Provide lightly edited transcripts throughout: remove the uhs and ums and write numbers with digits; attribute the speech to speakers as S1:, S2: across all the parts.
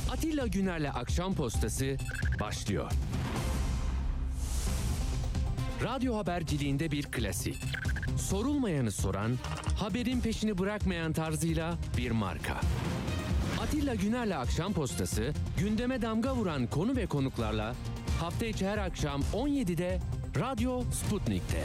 S1: Atilla Güner'le Akşam Postası başlıyor. Radyo haberciliğinde bir klasik. Sorulmayanı soran, haberin peşini bırakmayan tarzıyla bir marka. Atilla Güner'le Akşam Postası, gündeme damga vuran konu ve konuklarla hafta içi her akşam 17'de Radyo Sputnik'te.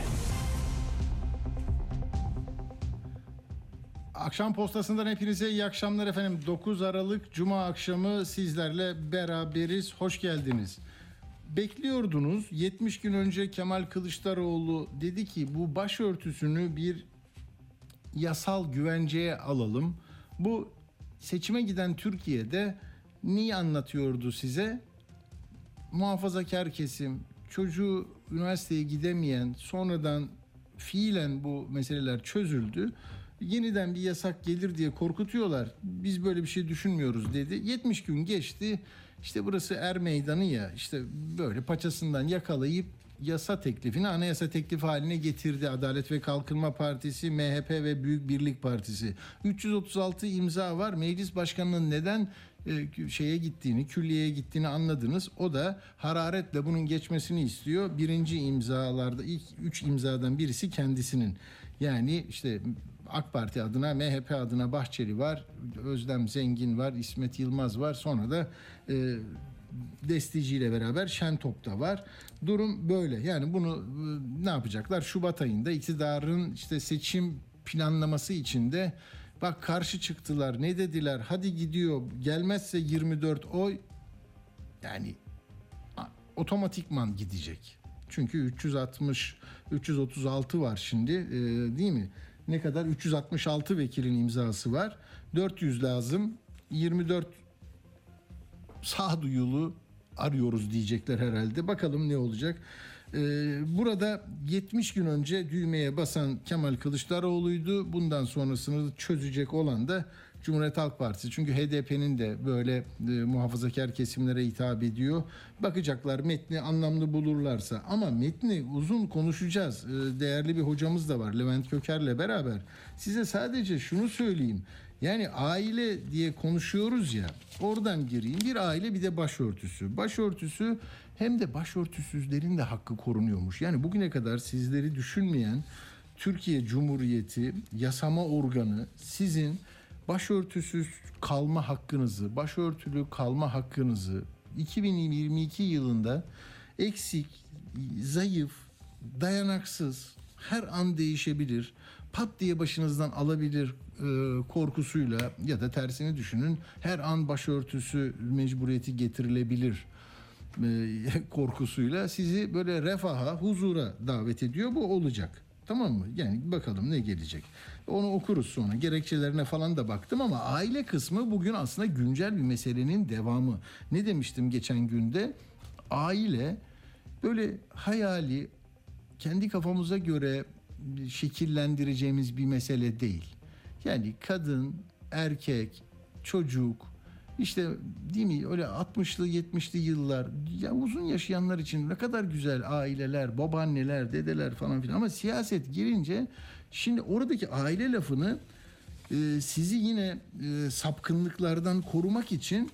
S2: Akşam postasından hepinize iyi akşamlar efendim. 9 Aralık Cuma akşamı sizlerle beraberiz. Hoş geldiniz. Bekliyordunuz. 70 gün önce Kemal Kılıçdaroğlu dedi ki bu başörtüsünü bir yasal güvenceye alalım. Bu seçime giden Türkiye'de niye anlatıyordu size? Muhafazakar kesim, çocuğu üniversiteye gidemeyen, sonradan fiilen bu meseleler çözüldü. Yeniden bir yasak gelir diye korkutuyorlar. Biz böyle bir şey düşünmüyoruz dedi. 70 gün geçti. İşte burası er meydanı ya. İşte böyle paçasından yakalayıp yasa teklifini anayasa teklifi haline getirdi. Adalet ve Kalkınma Partisi, MHP ve Büyük Birlik Partisi. 336 imza var. Meclis Başkanı'nın neden külliyeye gittiğini anladınız. O da hararetle bunun geçmesini istiyor. Birinci imzalarda ilk 3 imzadan birisi kendisinin. Yani işte AK Parti adına, MHP adına Bahçeli var, Özlem Zengin var, İsmet Yılmaz var. Sonra da Destici ile beraber Şentop da var. Durum böyle. Yani bunu ne yapacaklar? Şubat ayında iktidarın işte seçim planlaması içinde bak karşı çıktılar. Ne dediler? Hadi gidiyor. Gelmezse 24 oy yani otomatikman gidecek. Çünkü 336 var şimdi değil mi? Ne kadar? 366 vekilin imzası var. 400 lazım. 24 sağduyulu arıyoruz diyecekler herhalde. Bakalım ne olacak. Burada 70 gün önce düğmeye basan Kemal Kılıçdaroğlu'ydu. Bundan sonrasını çözecek olan da Cumhuriyet Halk Partisi. Çünkü HDP'nin de böyle muhafazakar kesimlere hitap ediyor. Bakacaklar metni anlamlı bulurlarsa. Ama metni uzun konuşacağız. Değerli bir hocamız da var Levent Köker'le beraber. Size sadece şunu söyleyeyim. Yani aile diye konuşuyoruz ya, oradan gireyim. Bir aile bir de başörtüsü. Başörtüsü hem de başörtüsüzlerin de hakkı korunuyormuş. Yani bugüne kadar sizleri düşünmeyen Türkiye Cumhuriyeti yasama organı sizin başörtüsüz kalma hakkınızı, başörtülü kalma hakkınızı 2022 yılında eksik, zayıf, dayanaksız, her an değişebilir, pat diye başınızdan alabilir korkusuyla ya da tersini düşünün her an başörtüsü mecburiyeti getirilebilir korkusuyla sizi böyle refaha, huzura davet ediyor. Bu olacak. Tamam mı? Yani bakalım ne gelecek. Onu okuruz sonra. Gerekçelerine falan da baktım ama aile kısmı bugün aslında güncel bir meselenin devamı. Ne demiştim geçen günde? Aile böyle hayali, kendi kafamıza göre şekillendireceğimiz bir mesele değil. Yani kadın, erkek, çocuk, işte değil mi öyle 60'lı 70'li yıllar ya uzun yaşayanlar için ne kadar güzel aileler, babaanneler, dedeler falan filan ama siyaset girince şimdi oradaki aile lafını sizi yine sapkınlıklardan korumak için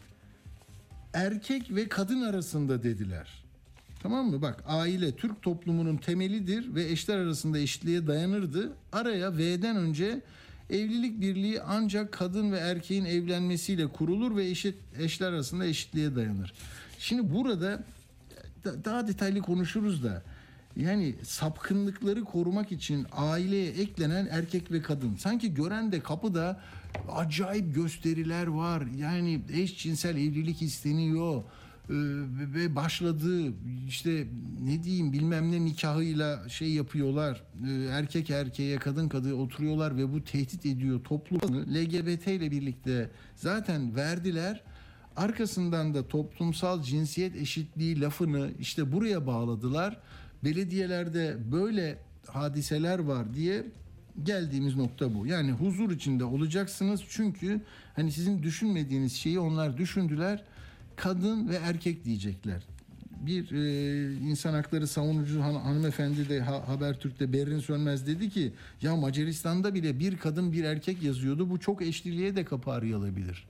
S2: erkek ve kadın arasında dediler. Tamam mı? Bak aile Türk toplumunun temelidir ve eşler arasında eşitliğe dayanırdı. Araya V'den önce evlilik birliği ancak kadın ve erkeğin evlenmesiyle kurulur ve eşler arasında eşitliğe dayanır. Şimdi burada daha detaylı konuşuruz da yani sapkınlıkları korumak için aileye eklenen erkek ve kadın. Sanki gören de kapıda acayip gösteriler var. Yani eşcinsel evlilik isteniyor. Ve başladı işte ne diyeyim bilmem ne nikahıyla şey yapıyorlar, erkek erkeğe kadın kadına oturuyorlar ve bu tehdit ediyor toplumu. LGBT ile birlikte zaten verdiler, arkasından da toplumsal cinsiyet eşitliği lafını işte buraya bağladılar. Belediyelerde böyle hadiseler var diye geldiğimiz nokta bu. Yani huzur içinde olacaksınız çünkü hani sizin düşünmediğiniz şeyi onlar düşündüler. Kadın ve erkek diyecekler. Bir insan hakları savunucu hanımefendi de Habertürk'te Berrin Sönmez dedi ki ya Macaristan'da bile bir kadın bir erkek yazıyordu. Bu çok eşliliğe de kapı arayılabilir.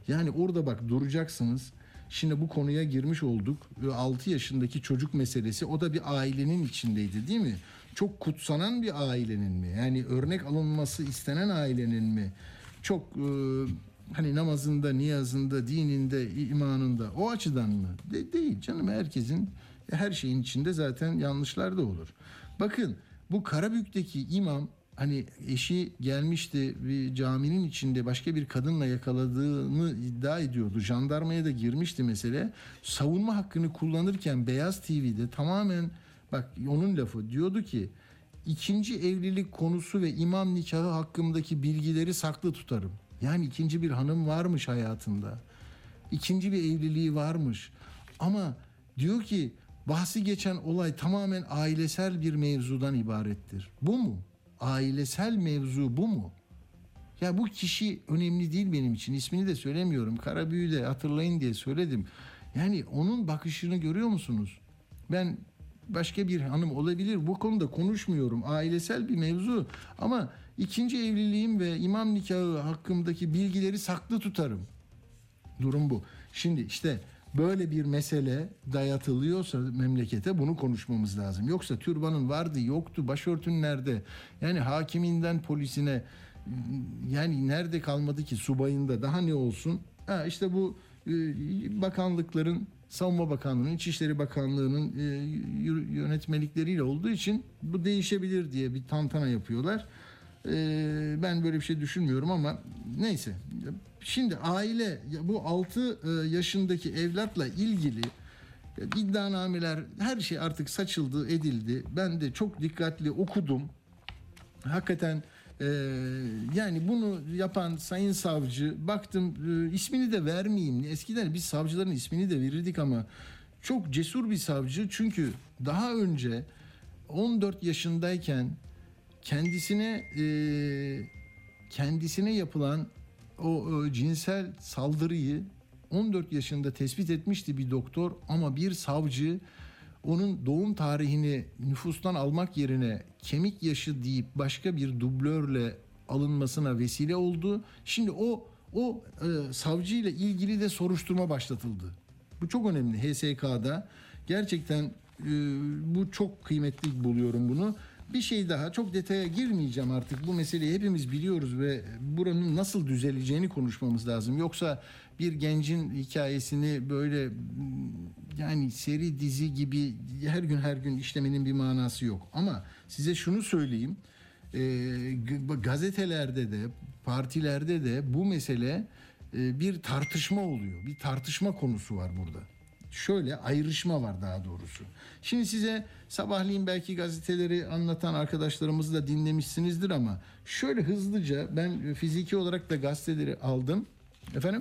S2: Yani orada bak duracaksınız. Şimdi bu konuya girmiş olduk. 6 yaşındaki çocuk meselesi, o da bir ailenin içindeydi değil mi? Çok kutsanan bir ailenin mi? Yani örnek alınması istenen ailenin mi? Çok hani namazında, niyazında, dininde, imanında, o açıdan mı? Değil canım, herkesin her şeyin içinde zaten yanlışlar da olur. Bakın bu Karabük'teki imam, hani eşi gelmişti, bir caminin içinde başka bir kadınla yakaladığını iddia ediyordu. Jandarmaya da girmişti mesele. Savunma hakkını kullanırken Beyaz TV'de tamamen, bak onun lafı, diyordu ki ikinci evlilik konusu ve imam nikahı hakkındaki bilgileri saklı tutarım. Yani ikinci bir hanım varmış hayatında. İkinci bir evliliği varmış. Ama diyor ki bahsi geçen olay tamamen ailesel bir mevzudan ibarettir. Bu mu? Ailesel mevzu bu mu? Ya bu kişi önemli değil benim için. İsmini de söylemiyorum. Karabüyü de hatırlayın diye söyledim. Yani onun bakışını görüyor musunuz? Ben başka bir hanım olabilir, bu konuda konuşmuyorum. Ailesel bir mevzu. Ama ikinci evliliğim ve imam nikahı hakkındaki bilgileri saklı tutarım. Durum bu. Şimdi işte böyle bir mesele dayatılıyorsa memlekete, bunu konuşmamız lazım. Yoksa türbanın vardı yoktu, başörtün nerede? Yani hakiminden polisine, yani nerede kalmadı ki, subayında daha ne olsun? Ha işte bu bakanlıkların, Savunma Bakanlığı'nın, İçişleri Bakanlığı'nın yönetmelikleriyle olduğu için bu değişebilir diye bir tantana yapıyorlar. Ben böyle bir şey düşünmüyorum ama neyse. Şimdi aile, bu 6 yaşındaki evlatla ilgili iddianameler, her şey artık saçıldı, edildi. Ben de çok dikkatli okudum. Hakikaten yani bunu yapan sayın savcı, baktım ismini de vermeyeyim. Eskiden biz savcıların ismini de verirdik ama çok cesur bir savcı. Çünkü daha önce 14 yaşındayken kendisine yapılan o cinsel saldırıyı 14 yaşında tespit etmişti bir doktor, ama bir savcı onun doğum tarihini nüfustan almak yerine kemik yaşı deyip başka bir dublörle alınmasına vesile oldu. Şimdi o savcıyla ilgili de soruşturma başlatıldı. Bu çok önemli HSK'da. Gerçekten bu çok kıymetli buluyorum bunu. Bir şey daha, çok detaya girmeyeceğim artık, bu meseleyi hepimiz biliyoruz ve buranın nasıl düzeleceğini konuşmamız lazım. Yoksa bir gencin hikayesini böyle yani seri dizi gibi her gün işlemenin bir manası yok. Ama size şunu söyleyeyim, gazetelerde de partilerde de bu mesele bir tartışma oluyor. Bir tartışma konusu var burada. Şöyle ayrışma var daha doğrusu. Şimdi size sabahleyin belki gazeteleri anlatan arkadaşlarımızı da dinlemişsinizdir ama şöyle hızlıca, ben fiziki olarak da gazeteleri aldım. Efendim?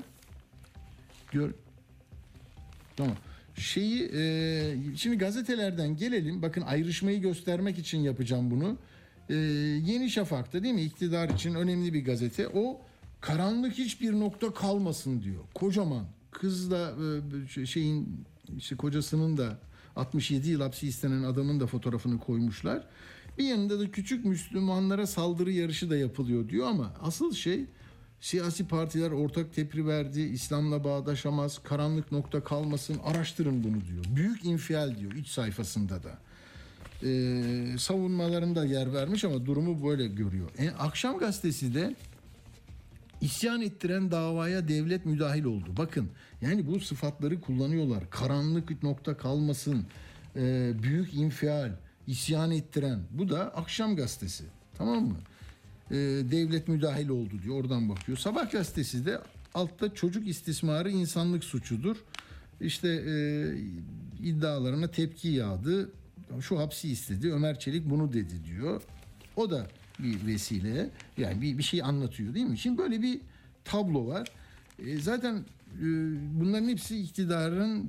S2: Tamam. Şimdi gazetelerden gelelim. Bakın, ayrışmayı göstermek için yapacağım bunu. Yeni Şafak'ta, değil mi? İktidar için önemli bir gazete. O karanlık hiçbir nokta kalmasın diyor. Kocaman. Kız da işte kocasının da 67 yıl hapsi istenen adamın da fotoğrafını koymuşlar. Bir yanında da küçük Müslümanlara saldırı yarışı da yapılıyor diyor ama asıl şey, siyasi partiler ortak tepki verdi. İslam'la bağdaşamaz, karanlık nokta kalmasın, araştırın bunu diyor. Büyük infial diyor iç sayfasında da. Savunmalarında yer vermiş ama durumu böyle görüyor. Akşam gazetesi de İsyan ettiren davaya devlet müdahil oldu. Bakın, yani bu sıfatları kullanıyorlar. Karanlık nokta kalmasın, büyük infial, isyan ettiren. Bu da Akşam gazetesi. Tamam mı? Devlet müdahil oldu diyor. Oradan bakıyor. Sabah gazetesi de altta çocuk istismarı insanlık suçudur. İşte iddialarına tepki yağdı. Şu hapsi istedi. Ömer Çelik bunu dedi diyor. O da bir vesile, yani bir şey anlatıyor, değil mi? Şimdi böyle bir tablo var. Zaten bunların hepsi iktidarın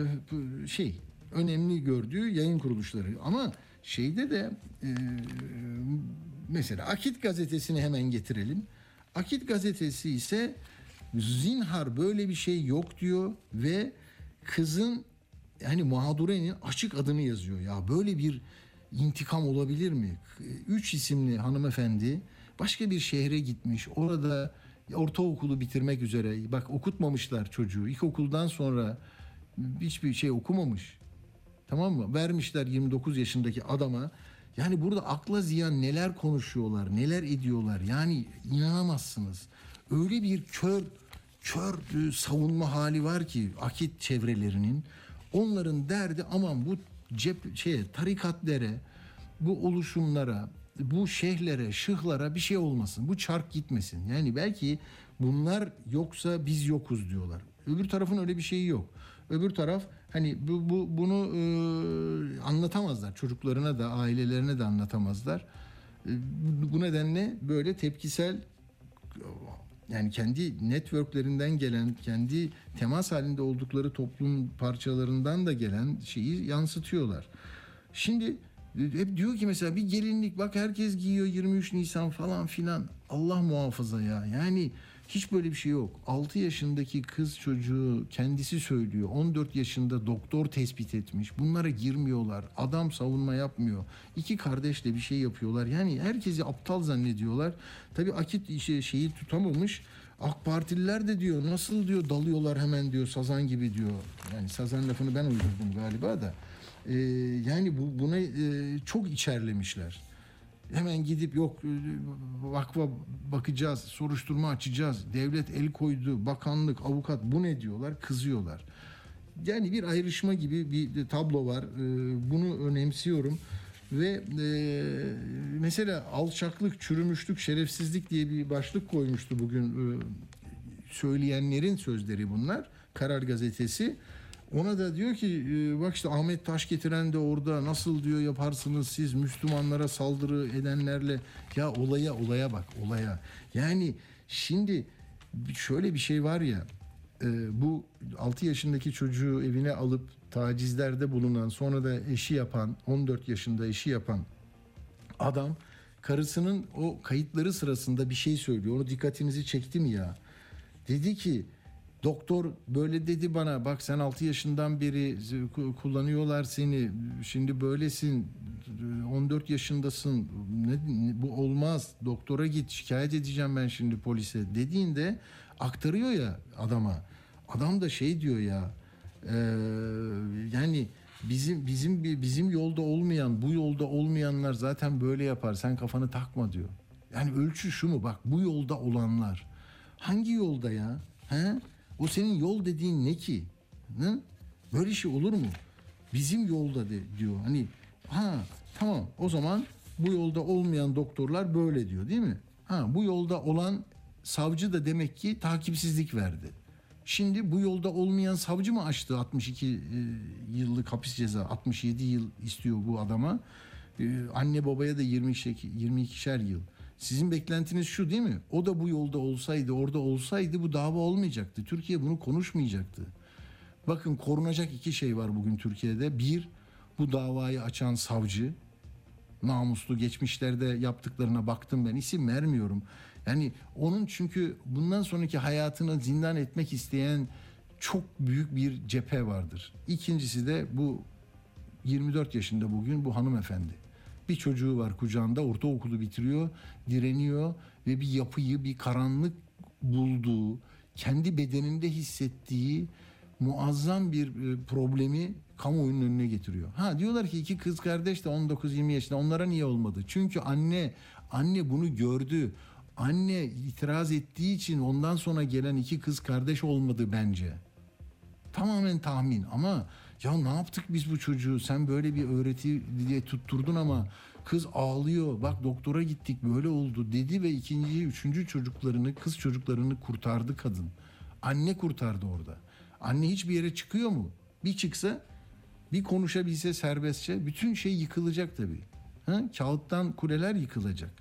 S2: önemli gördüğü yayın kuruluşları. Ama şeyde de mesela Akit gazetesini hemen getirelim. Akit gazetesi ise zinhar böyle bir şey yok diyor ve kızın, yani mağdurenin açık adını yazıyor. Ya böyle bir İntikam olabilir mi? 3 isimli hanımefendi başka bir şehre gitmiş. Orada ortaokulu bitirmek üzere. Bak okutmamışlar çocuğu. İlkokuldan sonra hiçbir şey okumamış. Tamam mı? Vermişler 29 yaşındaki adama. Yani burada akla ziyan neler konuşuyorlar, neler ediyorlar. Yani inanamazsınız. Öyle bir kör savunma hali var ki akit çevrelerinin. Onların derdi aman bu tarikatlere, bu oluşumlara, bu şeyhlere, şıhlara bir şey olmasın. Bu çark gitmesin. Yani belki bunlar yoksa biz yokuz diyorlar. Öbür tarafın öyle bir şeyi yok. Öbür taraf hani bunu anlatamazlar. Çocuklarına da ailelerine de anlatamazlar. Bu nedenle böyle tepkisel, yani kendi networklerinden gelen, kendi temas halinde oldukları toplum parçalarından da gelen şeyi yansıtıyorlar. Şimdi hep diyor ki mesela bir gelinlik bak herkes giyiyor 23 Nisan falan filan. Allah muhafaza ya. Yani hiç böyle bir şey yok. 6 yaşındaki kız çocuğu kendisi söylüyor. 14 yaşında doktor tespit etmiş. Bunlara girmiyorlar. Adam savunma yapmıyor. İki kardeşle bir şey yapıyorlar. Yani herkesi aptal zannediyorlar. Tabii akit şeyi tutamamış. AK Partililer de diyor nasıl diyor dalıyorlar hemen diyor sazan gibi diyor. Yani sazan lafını ben uydurdum galiba da. Yani buna çok içerlemişler. Hemen gidip yok vakfa bakacağız, soruşturma açacağız. Devlet el koydu, bakanlık, avukat bu ne diyorlar? Kızıyorlar. Yani bir ayrışma gibi bir tablo var. Bunu önemsiyorum. Ve mesela alçaklık, çürümüşlük, şerefsizlik diye bir başlık koymuştu bugün söyleyenlerin sözleri bunlar. Karar Gazetesi. Ona da diyor ki bak işte Ahmet Taş getiren de orada nasıl diyor yaparsınız siz Müslümanlara saldırı edenlerle. Ya olaya bak olaya. Yani şimdi şöyle bir şey var ya bu 6 yaşındaki çocuğu evine alıp tacizlerde bulunan sonra da eşi yapan 14 yaşında eşi yapan adam karısının o kayıtları sırasında bir şey söylüyor. Onu dikkatinizi çekti mi ya? Dedi ki doktor böyle dedi bana bak sen 6 yaşından beri kullanıyorlar seni şimdi böylesin 14 yaşındasın bu olmaz doktora git şikayet edeceğim ben şimdi polise dediğinde aktarıyor ya adama. Adam da şey diyor ya yani bizim yolda olmayan bu yolda olmayanlar zaten böyle yapar sen kafanı takma diyor. Yani ölçü şu mu bak bu yolda olanlar hangi yolda ya? He? O senin yol dediğin ne ki? Hı? Böyle şey olur mu? Bizim yolda diyor. Hani tamam o zaman bu yolda olmayan doktorlar böyle diyor değil mi? Bu yolda olan savcı da demek ki takipsizlik verdi. Şimdi bu yolda olmayan savcı mı açtı 62 yıllık hapis ceza 67 yıl istiyor bu adama. Anne babaya da 22'şer yıl. Sizin beklentiniz şu değil mi? O da bu yolda olsaydı, orada olsaydı bu dava olmayacaktı. Türkiye bunu konuşmayacaktı. Bakın korunacak iki şey var bugün Türkiye'de. Bir, bu davayı açan savcı. Namuslu geçmişlerde yaptıklarına baktım ben. İsim vermiyorum. Yani onun çünkü bundan sonraki hayatını zindan etmek isteyen çok büyük bir cephe vardır. İkincisi de bu 24 yaşında bugün bu hanımefendi. Bir çocuğu var kucağında ortaokulu bitiriyor, direniyor ve bir yapıyı, bir karanlık bulduğu, kendi bedeninde hissettiği muazzam bir problemi kamuoyunun önüne getiriyor. Diyorlar ki iki kız kardeş de 19-20 yaşında onlara niye olmadı? Çünkü anne bunu gördü. Anne itiraz ettiği için ondan sonra gelen iki kız kardeş olmadı bence. Tamamen tahmin ama ya ne yaptık biz bu çocuğu sen böyle bir öğreti diye tutturdun ama kız ağlıyor bak doktora gittik böyle oldu dedi ve ikinci, üçüncü çocuklarını kız çocuklarını kurtardı kadın. Anne kurtardı orada. Anne hiçbir yere çıkıyor mu? Bir çıksa bir konuşabilse serbestçe bütün şey yıkılacak tabii. Kağıttan kuleler yıkılacak.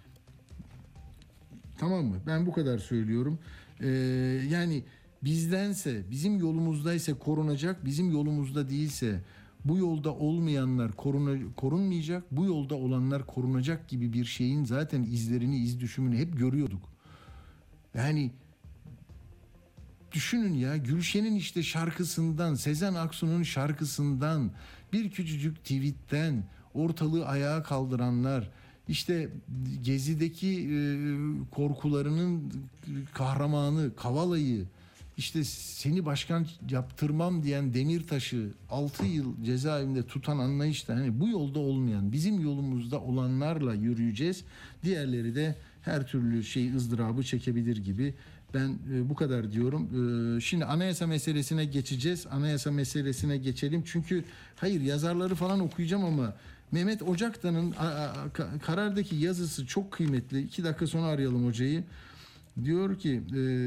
S2: Tamam mı? Ben bu kadar söylüyorum. Yani bizdense, bizim yolumuzdaysa korunacak, bizim yolumuzda değilse bu yolda olmayanlar korunmayacak, bu yolda olanlar korunacak gibi bir şeyin zaten izlerini, iz düşümünü hep görüyorduk. Yani düşünün ya Gülşen'in işte şarkısından, Sezen Aksu'nun şarkısından, bir küçücük tweetten ortalığı ayağa kaldıranlar, İşte Gezi'deki korkularının kahramanı Kavala'yı, işte seni başkan yaptırmam diyen Demirtaş'ı 6 yıl cezaevinde tutan anlayışla, hani bu yolda olmayan, bizim yolumuzda olanlarla yürüyeceğiz. Diğerleri de her türlü ızdırabı çekebilir gibi. Ben bu kadar diyorum. Şimdi anayasa meselesine geçeceğiz. Anayasa meselesine geçelim. Çünkü hayır, yazarları falan okuyacağım ama Mehmet Ocaktan'ın karardaki yazısı çok kıymetli. 2 dakika sonra arayalım hocayı. Diyor ki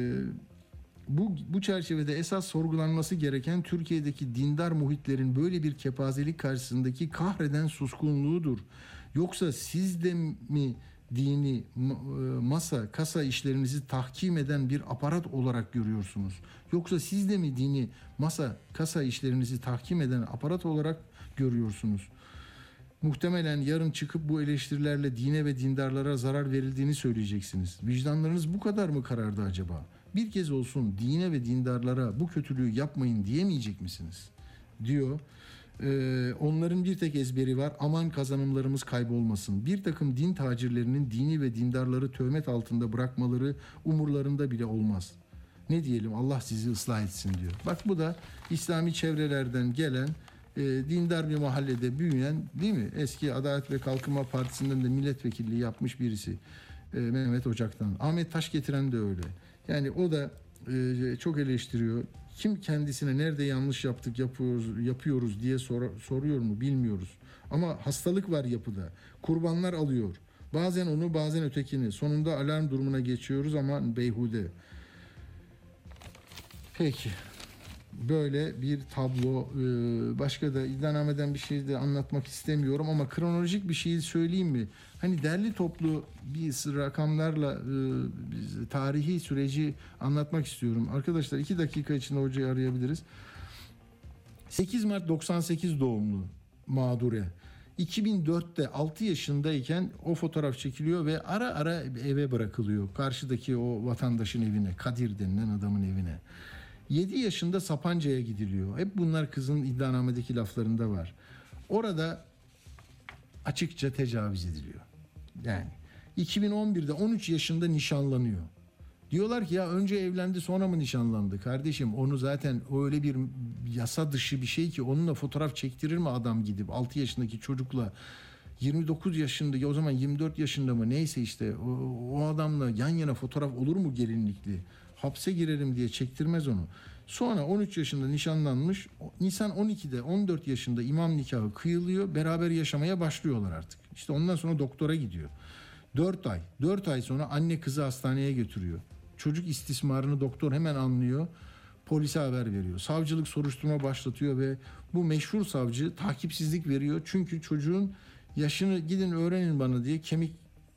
S2: bu çerçevede esas sorgulanması gereken Türkiye'deki dindar muhitlerin böyle bir kepazelik karşısındaki kahreden suskunluğudur. Yoksa siz de mi dini masa, kasa işlerinizi tahkim eden bir aparat olarak görüyorsunuz? Yoksa siz de mi dini masa, kasa işlerinizi tahkim eden aparat olarak görüyorsunuz? Muhtemelen yarın çıkıp bu eleştirilerle dine ve dindarlara zarar verildiğini söyleyeceksiniz. Vicdanlarınız bu kadar mı karardı acaba? Bir kez olsun dine ve dindarlara bu kötülüğü yapmayın diyemeyecek misiniz? Diyor. Onların bir tek ezberi var: aman kazanımlarımız kaybolmasın. Bir takım din tacirlerinin dini ve dindarları töhmet altında bırakmaları umurlarında bile olmaz. Ne diyelim, Allah sizi ıslah etsin diyor. Bak, bu da İslami çevrelerden gelen, dindar bir mahallede büyüyen, değil mi? Eski Adalet ve Kalkınma Partisi'nden de milletvekilliği yapmış birisi. Mehmet Ocaktan. Ahmet Taşgetiren de öyle. Yani o da çok eleştiriyor. Kim kendisine nerede yanlış yapıyoruz diye soruyor mu bilmiyoruz. Ama hastalık var yapıda. Kurbanlar alıyor. Bazen onu, bazen ötekini. Sonunda alarm durumuna geçiyoruz ama beyhude. Peki. Böyle bir tablo. Başka da iddianameden bir şey de anlatmak istemiyorum ama kronolojik bir şey söyleyeyim mi? Hani derli toplu bir rakamlarla tarihi süreci anlatmak istiyorum. Arkadaşlar 2 dakika içinde hocayı arayabiliriz. 8 Mart 98 doğumlu mağdure. 2004'te 6 yaşındayken o fotoğraf çekiliyor ve ara ara eve bırakılıyor. Karşıdaki o vatandaşın evine, Kadir denilen adamın evine. 7 yaşında Sapanca'ya gidiliyor. Hep bunlar kızın iddianamedeki laflarında var. Orada açıkça tecavüz ediliyor. Yani 2011'de 13 yaşında nişanlanıyor. Diyorlar ki ya önce evlendi sonra mı nişanlandı? Kardeşim, onu zaten öyle bir yasa dışı bir şey ki onunla fotoğraf çektirir mi adam gidip 6 yaşındaki çocukla? 29 yaşında, ya o zaman 24 yaşında mı neyse işte o adamla yan yana fotoğraf olur mu gelinlikli? Hapse girerim diye çektirmez onu. Sonra 13 yaşında nişanlanmış. Nisan 12'de 14 yaşında imam nikahı kıyılıyor. Beraber yaşamaya başlıyorlar artık. İşte ondan sonra doktora gidiyor. 4 ay sonra anne kızı hastaneye götürüyor. Çocuk istismarını doktor hemen anlıyor. Polise haber veriyor. Savcılık soruşturma başlatıyor ve bu meşhur savcı takipsizlik veriyor. Çünkü çocuğun yaşını gidin öğrenin bana diye kemik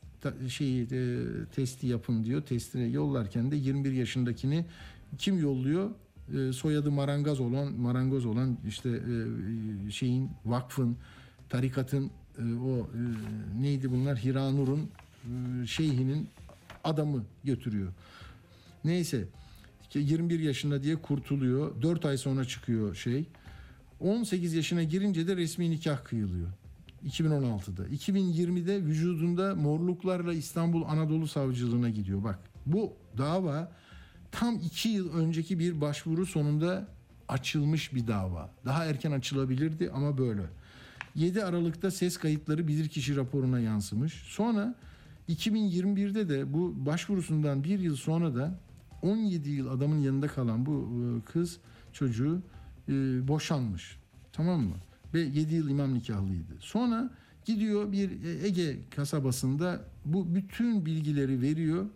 S2: testi yapın diyor. Testine yollarken de 21 yaşındakini kim yolluyor? Soyadı marangoz olan işte vakfın, tarikatın neydi bunlar? Hiranur'un şeyhinin adamı götürüyor. Neyse 21 yaşında diye kurtuluyor. 4 ay sonra çıkıyor 18 yaşına girince de resmi nikah kıyılıyor. 2016'da. 2020'de vücudunda morluklarla İstanbul Anadolu Savcılığına gidiyor. Bak, bu dava tam 2 yıl önceki bir başvuru sonunda açılmış bir dava. Daha erken açılabilirdi ama böyle. 7 Aralık'ta ses kayıtları bilirkişi raporuna yansımış. Sonra 2021'de de bu başvurusundan 1 yıl sonra da 17 yıl adamın yanında kalan bu kız çocuğu boşanmış. Tamam mı? Ve 7 yıl imam nikahlıydı. Sonra gidiyor bir Ege kasabasında bu bütün bilgileri veriyor.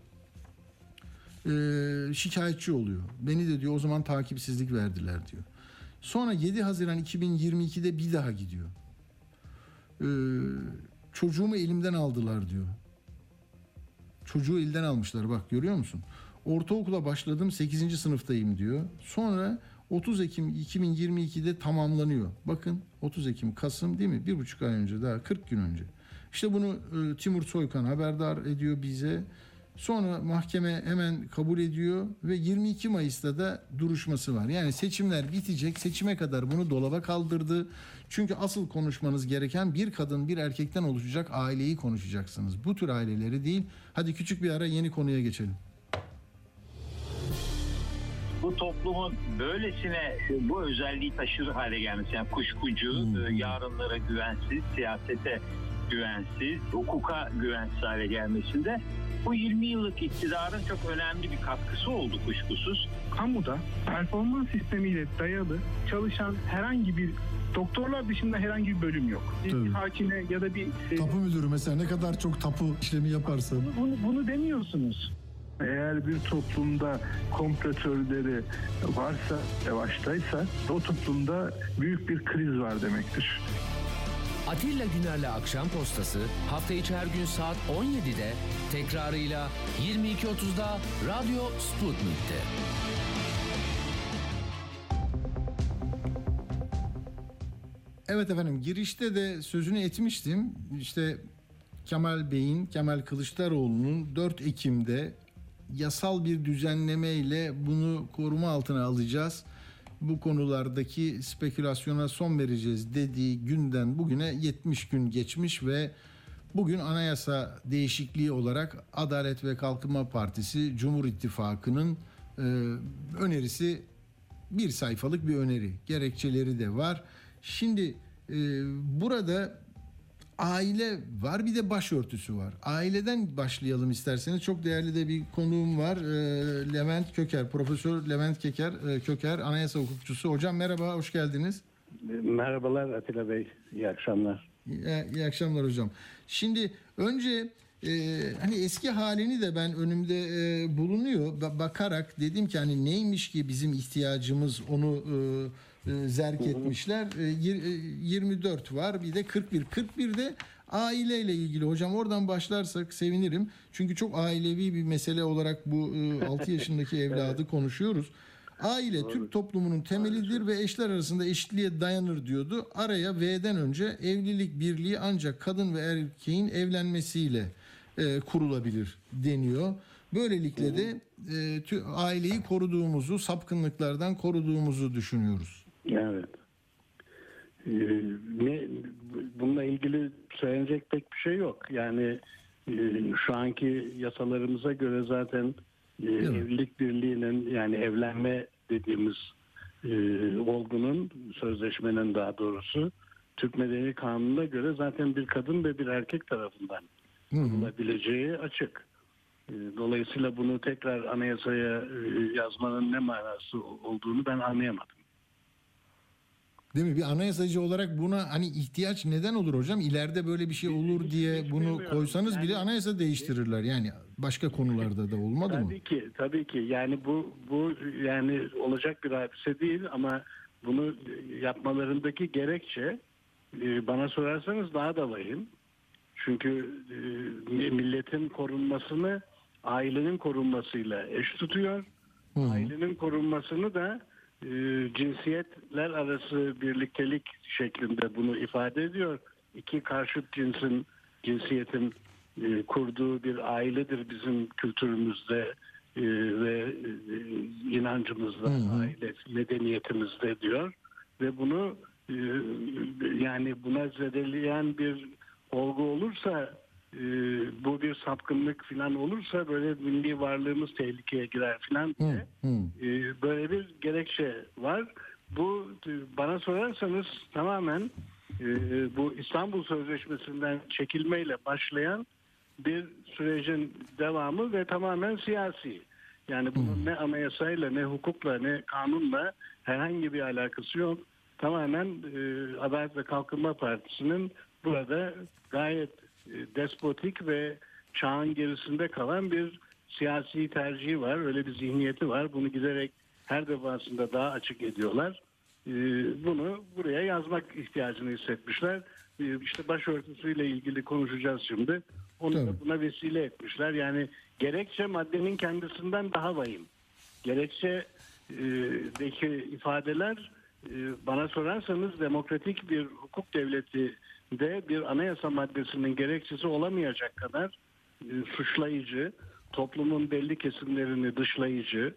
S2: Şikayetçi oluyor. Beni de diyor o zaman takipsizlik verdiler diyor. Sonra 7 Haziran 2022'de bir daha gidiyor. Çocuğumu elimden aldılar diyor. Çocuğu elden almışlar, bak görüyor musun? Ortaokula başladım, 8. sınıftayım diyor. Sonra 30 Ekim 2022'de tamamlanıyor. Bakın 30 Ekim, Kasım değil mi? 1,5 ay önce, daha 40 gün önce. İşte bunu Timur Soykan haberdar ediyor bize. Sonra mahkeme hemen kabul ediyor ve 22 Mayıs'ta da duruşması var. Yani seçimler bitecek. Seçime kadar bunu dolaba kaldırdı. Çünkü asıl konuşmanız gereken bir kadın bir erkekten oluşacak aileyi konuşacaksınız. Bu tür aileleri değil. Hadi küçük bir ara yeni konuya geçelim.
S3: Bu toplumun böylesine bu özelliği taşır hale gelmesi, yani kuşkucu, yarınlara güvensiz, siyasete güvensiz, hukuka güvensiz hale gelmesinde bu 20 yıllık iktidarın çok önemli bir katkısı oldu kuşkusuz.
S4: Kamuda performans sistemiyle dayalı çalışan herhangi bir doktorlar dışında herhangi bir bölüm yok. Bir hakime ya da bir
S2: Tapu müdürü mesela ne kadar çok tapu işlemi yaparsa.
S4: bunu demiyorsunuz. Eğer bir toplumda komplo teorileri varsa, baştaysa o toplumda büyük bir kriz var demektir.
S1: Atilla Güner'le Akşam Postası hafta içi her gün saat 17'de, tekrarıyla 22.30'da Radyo Sputnik'te.
S2: Evet efendim, girişte de sözünü etmiştim. İşte Kemal Kılıçdaroğlu'nun 4 Ekim'de yasal bir düzenlemeyle bunu koruma altına alacağız, bu konulardaki spekülasyona son vereceğiz dediği günden bugüne 70 gün geçmiş ve bugün anayasa değişikliği olarak Adalet ve Kalkınma Partisi, Cumhur İttifakı'nın önerisi, bir sayfalık bir öneri, gerekçeleri de var. Şimdi burada aile var, bir de başörtüsü var. Aileden başlayalım isterseniz. Çok değerli de bir konuğum var. Levent Köker, Profesör Levent Köker, anayasa hukukçusu. Hocam merhaba, hoş geldiniz.
S5: Merhabalar Atilla Bey, iyi akşamlar.
S2: İyi akşamlar hocam. Şimdi önce hani eski halini de ben önümde bulunuyor. Bakarak dedim ki hani neymiş ki bizim ihtiyacımız, onu zerk etmişler. 24 var, bir de 41. 41'de aileyle ilgili hocam, oradan başlarsak sevinirim. Çünkü çok ailevi bir mesele olarak bu 6 yaşındaki evladı konuşuyoruz. Aile Türk toplumunun temelidir ve eşler arasında eşitliğe dayanır diyordu. Araya V'den önce evlilik birliği ancak kadın ve erkeğin evlenmesiyle kurulabilir deniyor. Böylelikle de aileyi koruduğumuzu, sapkınlıklardan koruduğumuzu düşünüyoruz.
S5: Evet. Bununla ilgili söylenecek pek bir şey yok. Yani şu anki yasalarımıza göre zaten evlilik birliğinin, yani evlenme dediğimiz olgunun, sözleşmenin daha doğrusu Türk Medeni Kanunu'na göre zaten bir kadın ve bir erkek tarafından kurulabileceği açık. Dolayısıyla bunu tekrar anayasaya yazmanın ne manası olduğunu ben anlayamadım.
S2: Değil mi? Bir anayasacı olarak buna hani ihtiyaç neden olur hocam? İleride böyle bir şey olur diye bunu koysanız bile anayasa değiştirirler. Yani başka konularda da olmadı mı?
S5: Tabii ki. Yani bu yani olacak bir hadise değil ama bunu yapmalarındaki gerekçe bana sorarsanız daha da vahim. Çünkü milletin korunmasını ailenin korunmasıyla eş tutuyor. Ailenin korunmasını da cinsiyetler arası birliktelik şeklinde bunu ifade ediyor. İki karşıt cinsiyetin kurduğu bir ailedir bizim kültürümüzde ve inancımızda, aile medeniyetimizde diyor. Ve bunu yani buna zedeleyen bir olgu olursa, bu bir sapkınlık falan olursa böyle milli varlığımız tehlikeye girer falan diye böyle bir gerekçe var. Bu bana sorarsanız tamamen bu İstanbul Sözleşmesi'nden çekilmeyle başlayan bir sürecin devamı ve tamamen siyasi. Yani bunun ne anayasayla, ne hukukla, ne kanunla herhangi bir alakası yok. Tamamen Adalet ve Kalkınma Partisi'nin burada gayet despotik ve çağın gerisinde kalan bir siyasi tercihi var. Öyle bir zihniyeti var. Bunu giderek her defasında daha açık ediyorlar. Bunu buraya yazmak ihtiyacını hissetmişler. İşte başörtüsüyle ilgili konuşacağız şimdi. Onu da buna vesile etmişler. Yani gerekçe maddenin kendisinden daha vahim. Gerekçedeki ifadeler bana sorarsanız demokratik bir hukuk devleti de bir anayasa maddesinin gerekçesi olamayacak kadar suçlayıcı, toplumun belli kesimlerini dışlayıcı,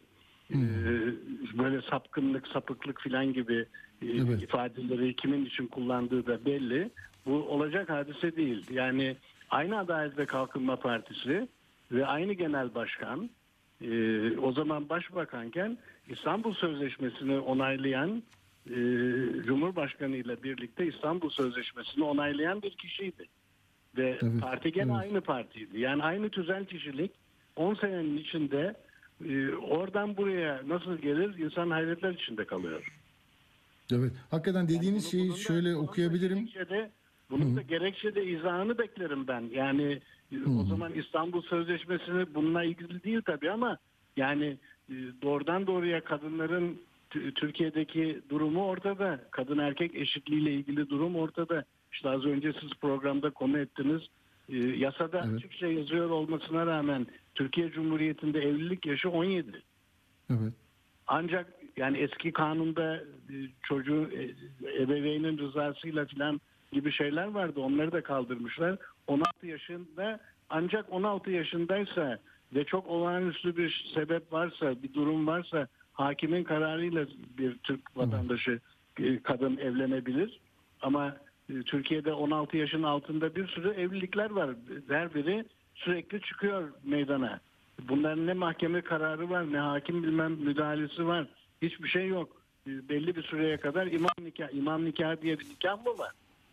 S5: böyle sapkınlık, sapıklık filan gibi
S2: Evet.
S5: ifadeleri kimin için kullandığı da belli. Bu olacak hadise değil. Yani aynı Adalet ve Kalkınma Partisi ve aynı genel başkan o zaman başbakanken İstanbul Sözleşmesi'ni onaylayan Cumhurbaşkanı ile birlikte İstanbul Sözleşmesi'ni onaylayan bir kişiydi. Ve
S2: Evet,
S5: parti gene aynı partiydi. Yani aynı tüzel kişilik 10 senenin içinde oradan buraya nasıl gelir insan hayretler içinde kalıyor.
S2: Evet. Hakikaten dediğiniz şeyi
S5: Bunun da-
S2: şöyle
S5: bunun da
S2: okuyabilirim.
S5: Bunun da gerekçede izahını beklerim ben. Yani o zaman İstanbul Sözleşmesi'ni bununla ilgili değil tabii ama yani doğrudan doğruya kadınların Türkiye'deki durumu ortada. Kadın erkek eşitliğiyle ilgili durum ortada. İşte az önce siz programda konu ettiniz. Yasada
S2: Evet.
S5: açıkça yazıyor olmasına rağmen Türkiye Cumhuriyeti'nde evlilik yaşı 17.
S2: Evet.
S5: Ancak yani eski kanunda çocuğun ebeveynin rızasıyla filan gibi şeyler vardı. Onları da kaldırmışlar. 16 yaşında ancak 16 yaşındaysa ve çok olağanüstü bir sebep varsa, bir durum varsa hakimin kararıyla bir Türk vatandaşı kadın evlenebilir. Ama Türkiye'de 16 yaşın altında bir sürü evlilikler var. Her biri sürekli çıkıyor meydana. Bunların ne mahkeme kararı var, ne hakim bilmem müdahalesi var. Hiçbir şey yok. Belli bir süreye kadar imam nikahı diye bir nikah mı var?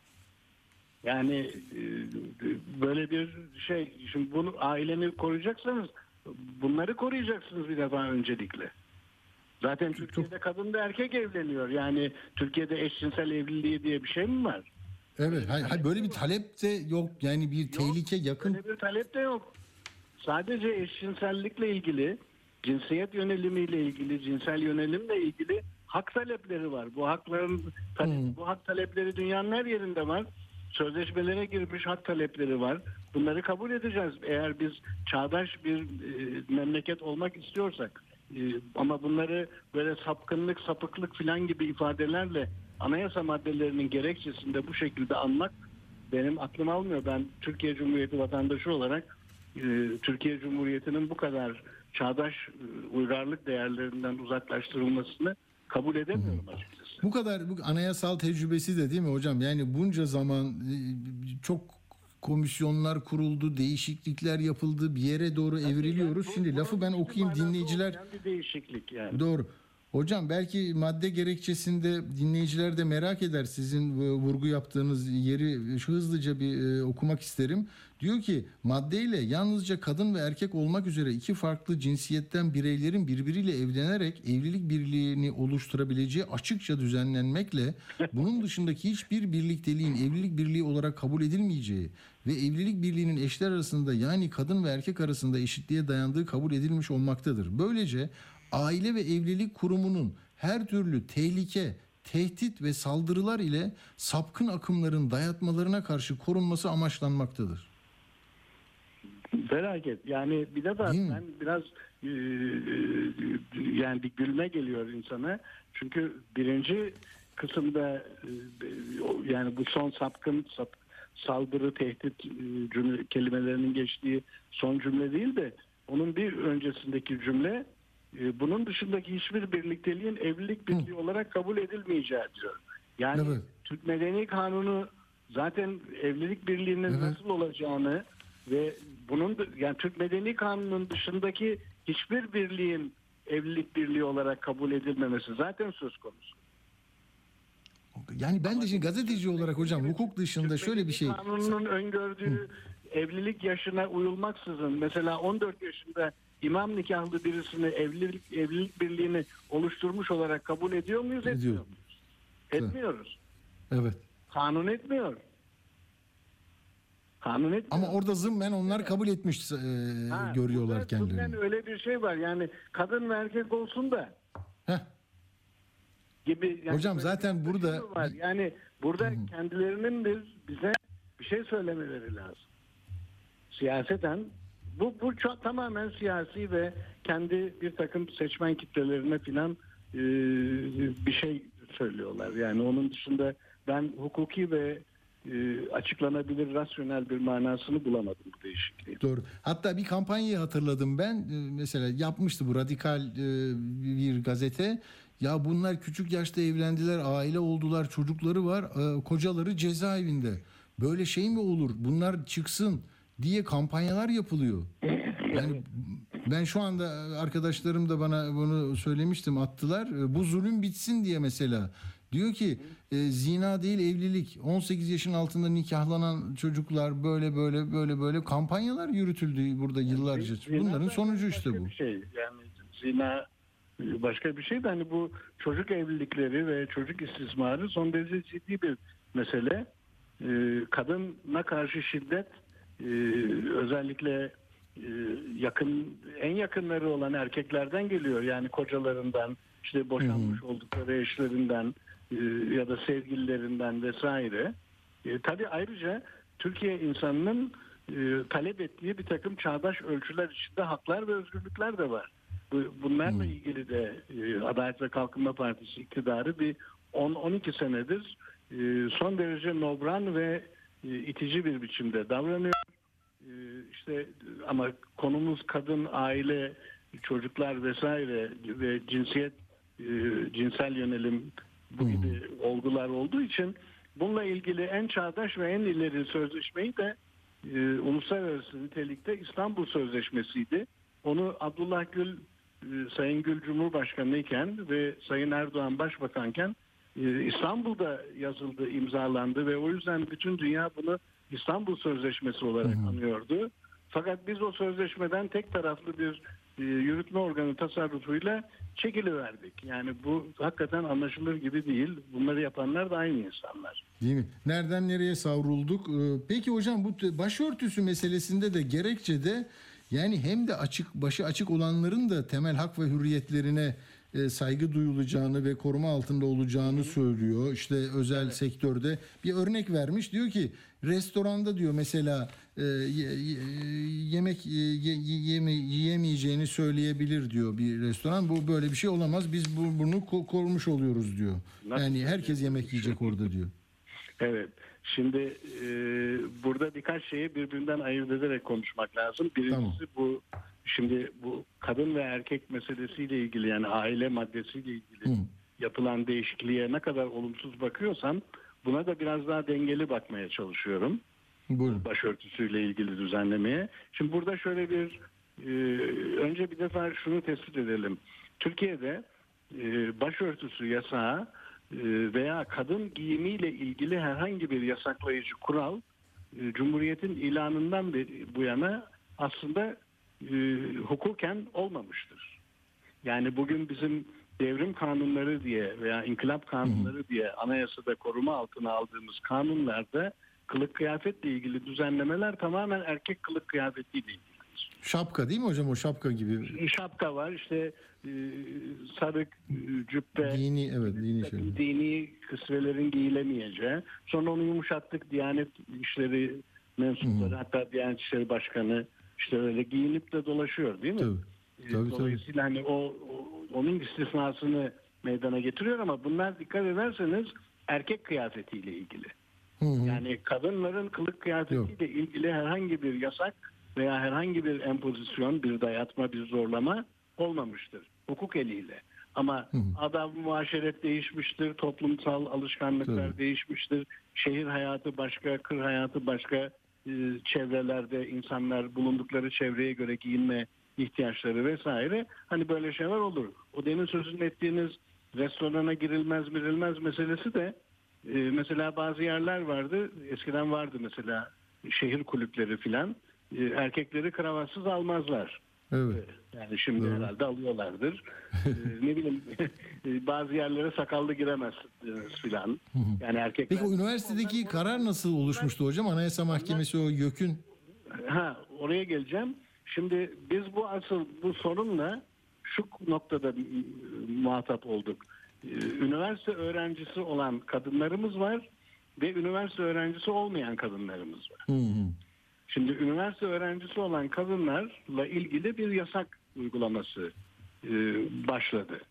S5: Yani böyle bir şey. Şimdi bunu aileni koruyacaksanız bunları koruyacaksınız bir defa öncelikle. Zaten Türkiye'de kadın da erkek evleniyor. Yani Türkiye'de eşcinsel evliliği diye bir şey mi var?
S2: Evet. Hayır, böyle bir talep de yok. Yani bir tehlike yakın.
S5: Böyle bir talep de yok. Sadece eşcinsellikle ilgili, cinsiyet yönelimiyle ilgili, cinsel yönelimle ilgili hak talepleri var. Bu bu hak talepleri dünyanın her yerinde var. Sözleşmelere girmiş hak talepleri var. Bunları kabul edeceğiz eğer biz çağdaş bir memleket olmak istiyorsak. Ama bunları böyle sapkınlık, sapıklık filan gibi ifadelerle anayasa maddelerinin gerekçesinde bu şekilde anmak benim aklım almıyor. Ben Türkiye Cumhuriyeti vatandaşı olarak Türkiye Cumhuriyeti'nin bu kadar çağdaş uygarlık değerlerinden uzaklaştırılmasını kabul edemiyorum açıkçası.
S2: Bu kadar bu anayasal tecrübesi de değil mi hocam? Yani bunca zaman çok komisyonlar kuruldu, değişiklikler yapıldı, bir yere doğru evriliyoruz. Şimdi lafı ben okuyayım, dinleyiciler.
S5: Bir değişiklik yani.
S2: Doğru. Hocam belki madde gerekçesinde dinleyiciler de merak eder, sizin vurgu yaptığınız yeri şu hızlıca bir okumak isterim. Diyor ki maddeyle yalnızca kadın ve erkek olmak üzere iki farklı cinsiyetten bireylerin birbiriyle evlenerek evlilik birliğini oluşturabileceği açıkça düzenlenmekle bunun dışındaki hiçbir birlikteliğin evlilik birliği olarak kabul edilmeyeceği ve evlilik birliğinin eşler arasında yani kadın ve erkek arasında eşitliğe dayandığı kabul edilmiş olmaktadır. Böylece aile ve evlilik kurumunun her türlü tehlike, tehdit ve saldırılar ile sapkın akımların dayatmalarına karşı korunması amaçlanmaktadır.
S5: Felaket. Yani bir de ben biraz yani bir gülme geliyor insana. Çünkü birinci kısımda yani bu son saldırı, tehdit kelimelerinin geçtiği son cümle değil de onun bir öncesindeki cümle bunun dışındaki hiçbir birlikteliğin evlilik birliği olarak kabul edilmeyeceği diyor. Yani
S2: Evet.
S5: Türk Medeni Kanunu zaten evlilik birliğinin nasıl olacağını ve bunun yani Türk Medeni Kanunu'nun dışındaki hiçbir birliğin evlilik birliği olarak kabul edilmemesi zaten söz konusu.
S2: Yani ben de şimdi gazeteci olarak hocam hukuk dışında
S5: Türk
S2: şöyle bir şey.
S5: Medeni Kanunu'nun öngördüğü evlilik yaşına uyulmaksızın mesela 14 yaşında imam nikahlı birisini evlilik birliğini oluşturmuş olarak kabul ediyor muyuz? Etmiyor muyuz? Etmiyoruz.
S2: Evet.
S5: Kanun etmiyor. Kanun etmiyor.
S2: Ama orada zımmen onlar kabul etmiş görüyorlar kendilerini.
S5: Zımmen öyle bir şey var. Yani kadın ve erkek olsun da
S2: Heh.
S5: gibi. Yani
S2: Hocam zaten burada
S5: var. Yani burada kendilerinin bize bir şey söylemeleri lazım. Siyaseten bu çok tamamen siyasi ve kendi bir takım seçmen kitlelerine filan bir şey söylüyorlar. Yani onun dışında ben hukuki ve açıklanabilir, rasyonel bir manasını bulamadım bu değişikliğin.
S2: Doğru. Hatta bir kampanyayı hatırladım ben. Mesela yapmıştı bu radikal bir gazete. Ya bunlar küçük yaşta evlendiler, aile oldular, çocukları var, kocaları cezaevinde. Böyle şey mi olur? Bunlar çıksın diye kampanyalar yapılıyor. Yani ben şu anda arkadaşlarım da bana bunu söylemiştim, attılar. Bu zulüm bitsin diye mesela. Diyor ki zina değil evlilik. 18 yaşın altında nikahlanan çocuklar böyle kampanyalar yürütüldü burada yıllarca. Bunların sonucu işte bu.
S5: Bir şey. Yani zina başka bir şey de hani bu çocuk evlilikleri ve çocuk istismarı son derece ciddi bir mesele. Kadına karşı şiddet özellikle en yakınları olan erkeklerden geliyor. Yani kocalarından, işte boşanmış oldukları eşlerinden ya da sevgililerinden vesaire. Tabii ayrıca Türkiye insanının talep ettiği bir takım çağdaş ölçüler içinde haklar ve özgürlükler de var. Bunlarla ilgili de Adalet ve Kalkınma Partisi iktidarı bir 10-12 senedir son derece nobran ve itici bir biçimde davranıyor. İşte ama konumuz kadın, aile, çocuklar vesaire ve cinsel yönelim bu gibi olgular olduğu için bununla ilgili en çağdaş ve en ileri sözleşmeyi de uluslararası nitelikte İstanbul Sözleşmesi'ydi. Onu Abdullah Gül, Sayın Gül Cumhurbaşkanı iken ve Sayın Erdoğan Başbakanken İstanbul'da yazıldı, imzalandı ve o yüzden bütün dünya bunu İstanbul Sözleşmesi olarak anıyordu. Fakat biz o sözleşmeden tek taraflı bir yürütme organı tasarrufuyla çekiliverdik. Yani bu hakikaten anlaşılır gibi değil. Bunları yapanlar da aynı insanlar.
S2: Değil mi? Nereden nereye savrulduk? Peki hocam bu başörtüsü meselesinde de gerekçede yani hem de başı açık olanların da temel hak ve hürriyetlerine saygı duyulacağını ve koruma altında olacağını söylüyor. İşte özel sektörde bir örnek vermiş. Diyor ki restoranda diyor mesela yemek yiyemeyeceğini söyleyebilir diyor bir restoran. Bu böyle bir şey olamaz. Biz bunu korumuş oluyoruz diyor. Yani herkes yemek yiyecek orada diyor.
S5: Evet. Şimdi burada birkaç şeyi birbirinden ayırt ederek konuşmak lazım. Birincisi bu, şimdi bu kadın ve erkek meselesiyle ilgili, yani aile maddesiyle ilgili yapılan değişikliğe ne kadar olumsuz bakıyorsam buna da biraz daha dengeli bakmaya çalışıyorum.
S2: Buyurun.
S5: Başörtüsüyle ilgili düzenlemeye. Şimdi burada şöyle önce bir defa şunu tespit edelim. Türkiye'de başörtüsü yasağı veya kadın giyimiyle ilgili herhangi bir yasaklayıcı kural Cumhuriyet'in ilanından bu yana aslında hukuken olmamıştır. Yani bugün bizim devrim kanunları diye veya inkılap kanunları diye anayasada koruma altına aldığımız kanunlarda kılık kıyafetle ilgili düzenlemeler tamamen erkek kılık kıyafetiyle ilgilidir.
S2: Şapka değil mi hocam, o şapka gibi?
S5: Şapka var, işte sarık, cübbe, dini kısvelerin giyilemeyeceği. Sonra onu yumuşattık, Diyanet İşleri mensupları, hatta Diyanet İşleri Başkanı işte öyle giyinip de dolaşıyor değil mi?
S2: Tabii.
S5: Dolayısıyla hani onun istisnasını meydana getiriyor ama bunlar dikkat ederseniz erkek kıyafetiyle ilgili. Yani kadınların kılık kıyafetiyle ilgili herhangi bir yasak veya herhangi bir empozisyon, bir dayatma, bir zorlama olmamıştır hukuk eliyle. Ama adab muaşeret değişmiştir, toplumsal alışkanlıklar değişmiştir, şehir hayatı başka, kır hayatı başka, çevrelerde insanlar bulundukları çevreye göre giyinme ihtiyaçları vesaire, hani böyle şeyler olur. O demin sözünü ettiğiniz restorana girilmez meselesi de mesela bazı yerler vardı, eskiden vardı mesela şehir kulüpleri filan, erkekleri kravatsız almazlar.
S2: Evet.
S5: Yani şimdi herhalde alıyorlardır. Ne bileyim bazı yerlere sakallı giremezsiniz filan. Yani erkekler.
S2: Peki o üniversitedeki karar nasıl oluşmuştu hocam? Anayasa Mahkemesi o YÖK'ün.
S5: Oraya geleceğim. Şimdi biz bu sorunla şu noktada muhatap olduk. Üniversite öğrencisi olan kadınlarımız var ve üniversite öğrencisi olmayan kadınlarımız var. Şimdi üniversite öğrencisi olan kadınlarla ilgili bir yasak uygulaması başladı.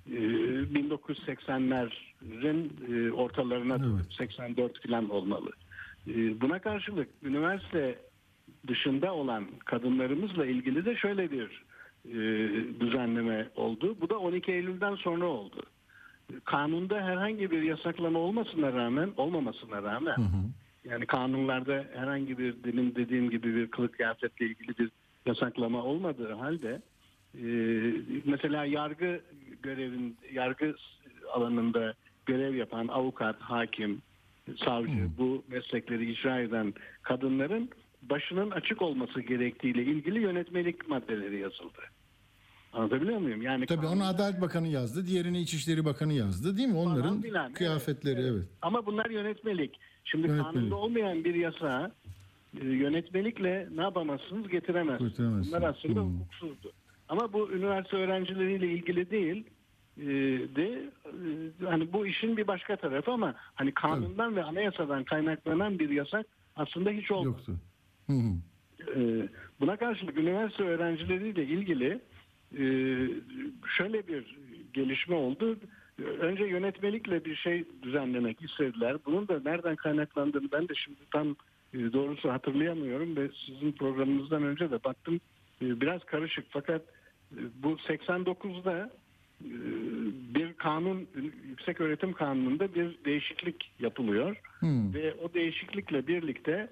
S5: 1980'lerin ortalarına 84 falan olmalı. Buna karşılık üniversite dışında olan kadınlarımızla ilgili de şöyle bir düzenleme oldu. Bu da 12 Eylül'den sonra oldu. Kanunda herhangi bir yasaklama olmamasına rağmen yani kanunlarda herhangi bir demin dediğim gibi bir kılık kıyafetle ilgili bir yasaklama olmadığı halde mesela yargı alanında görev yapan avukat, hakim, savcı, bu meslekleri icra eden kadınların başının açık olması gerektiğiyle ilgili yönetmelik maddeleri yazıldı. Anlatabiliyor muyum? Yani
S2: Tabii onu Adalet Bakanı yazdı, diğerini İçişleri Bakanı yazdı, değil mi? Onların kıyafetleri, evet.
S5: Ama bunlar yönetmelik. Şimdi kanunda olmayan bir yasağı yönetmelikle ne yapamazsınız, getiremezsiniz. Bunlar aslında hukuksuzdu. Ama bu üniversite öğrencileriyle ilgili değil hani bu işin bir başka tarafı ama hani kanundan ve anayasadan kaynaklanan bir yasak aslında hiç olmadı.
S2: Yoktu.
S5: Buna karşılık üniversite öğrencileriyle ilgili şöyle bir gelişme oldu. Önce yönetmelikle bir şey düzenlemek istediler. Bunun da nereden kaynaklandığını ben de şimdi tam doğrusu hatırlayamıyorum ve sizin programınızdan önce de baktım, biraz karışık. Fakat bu 89'da bir kanun, Yükseköğretim Kanunu'nda bir değişiklik yapılıyor ve o değişiklikle birlikte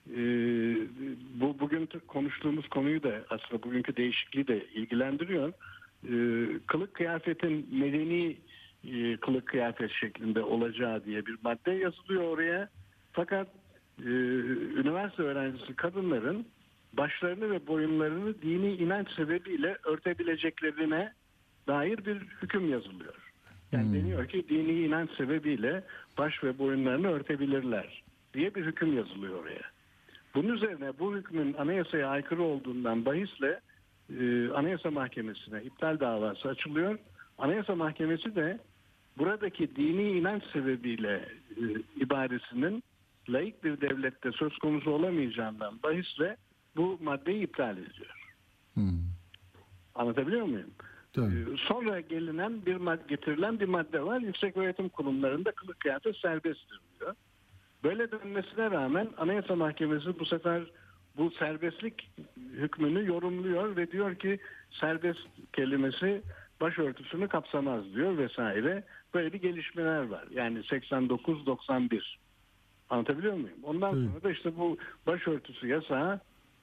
S5: bu bugün konuştuğumuz konuyu da aslında bugünkü değişikliği de ilgilendiriyor. Kılık kıyafetin medeni kılık kıyafet şeklinde olacağı diye bir madde yazılıyor oraya. Fakat üniversite öğrencisi kadınların başlarını ve boyunlarını dini inanç sebebiyle örtebileceklerine dair bir hüküm yazılıyor. Yani deniyor ki dini inanç sebebiyle baş ve boyunlarını örtebilirler diye bir hüküm yazılıyor oraya. Bunun üzerine bu hükmün anayasaya aykırı olduğundan bahisle Anayasa Mahkemesi'ne iptal davası açılıyor. Anayasa Mahkemesi de buradaki dini inanç sebebiyle ibaresinin laik bir devlette söz konusu olamayacağından bahisle bu maddeyi iptal ediyor. Anlatabiliyor muyum? Sonra getirilen bir madde var. Yükseköğretim kurumlarında kılık kıyafet serbesttir diyor. Böyle dönmesine rağmen Anayasa Mahkemesi bu sefer bu serbestlik hükmünü yorumluyor ve diyor ki serbest kelimesi başörtüsünü kapsamaz diyor vesaire. Böyle bir gelişmeler var. Yani 89-91. Anlatabiliyor muyum? Ondan sonra da işte bu başörtüsü yasağı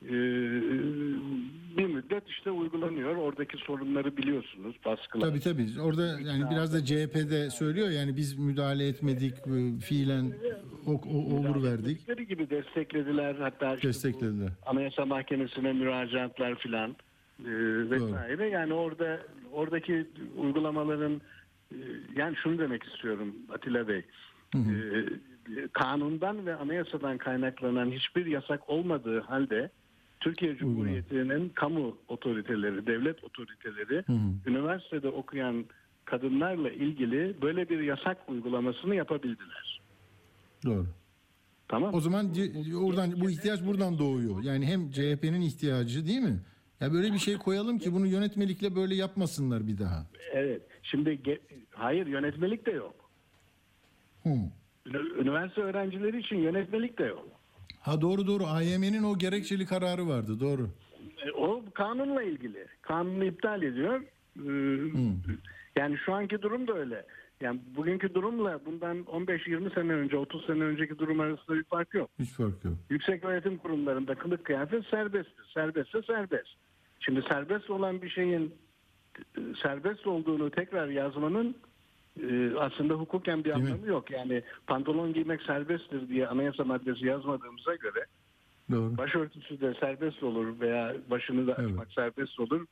S5: bir müddet işte uygulanıyor. Oradaki sorunları biliyorsunuz, baskılar.
S2: Tabii. Orada yani biraz da CHP'de söylüyor yani biz müdahale etmedik, fiilen olur verdik.
S5: Gibi desteklediler, hatta
S2: Desteklediler.
S5: Anayasa Mahkemesi'ne müracaatlar filan vesaire. Doğru. Yani oradaki uygulamaların yani şunu demek istiyorum Atilla Bey. Kanundan ve anayasadan kaynaklanan hiçbir yasak olmadığı halde Türkiye Cumhuriyeti'nin kamu otoriteleri, devlet otoriteleri üniversitede okuyan kadınlarla ilgili böyle bir yasak uygulamasını yapabildiler.
S2: Doğru.
S5: Tamam.
S2: O zaman oradan bu ihtiyaç buradan doğuyor. Yani hem CHP'nin ihtiyacı değil mi? Ya böyle bir şey koyalım ki bunu yönetmelikle böyle yapmasınlar bir daha.
S5: Evet. Şimdi hayır, yönetmelik de yok. Üniversite öğrencileri için yönetmelik de yok.
S2: Ha doğru. AYM'nin o gerekçeli kararı vardı. Doğru.
S5: O kanunla ilgili. Kanunu iptal ediyor. Yani şu anki durum da öyle. Yani bugünkü durumla bundan 15-20 sene önce, 30 sene önceki durum arasında bir fark yok.
S2: Hiç fark yok.
S5: Yükseköğretim kurumlarında kılık kıyafet serbesttir. Serbestse serbest. Şimdi serbest olan bir şeyin serbest olduğunu tekrar yazmanın aslında hukuken bir anlamı yok. Yani pantolon giymek serbesttir diye anayasa maddesi yazmadığımıza göre
S2: doğru.
S5: Başörtüsü de serbest olur veya başını da açmak serbest olur.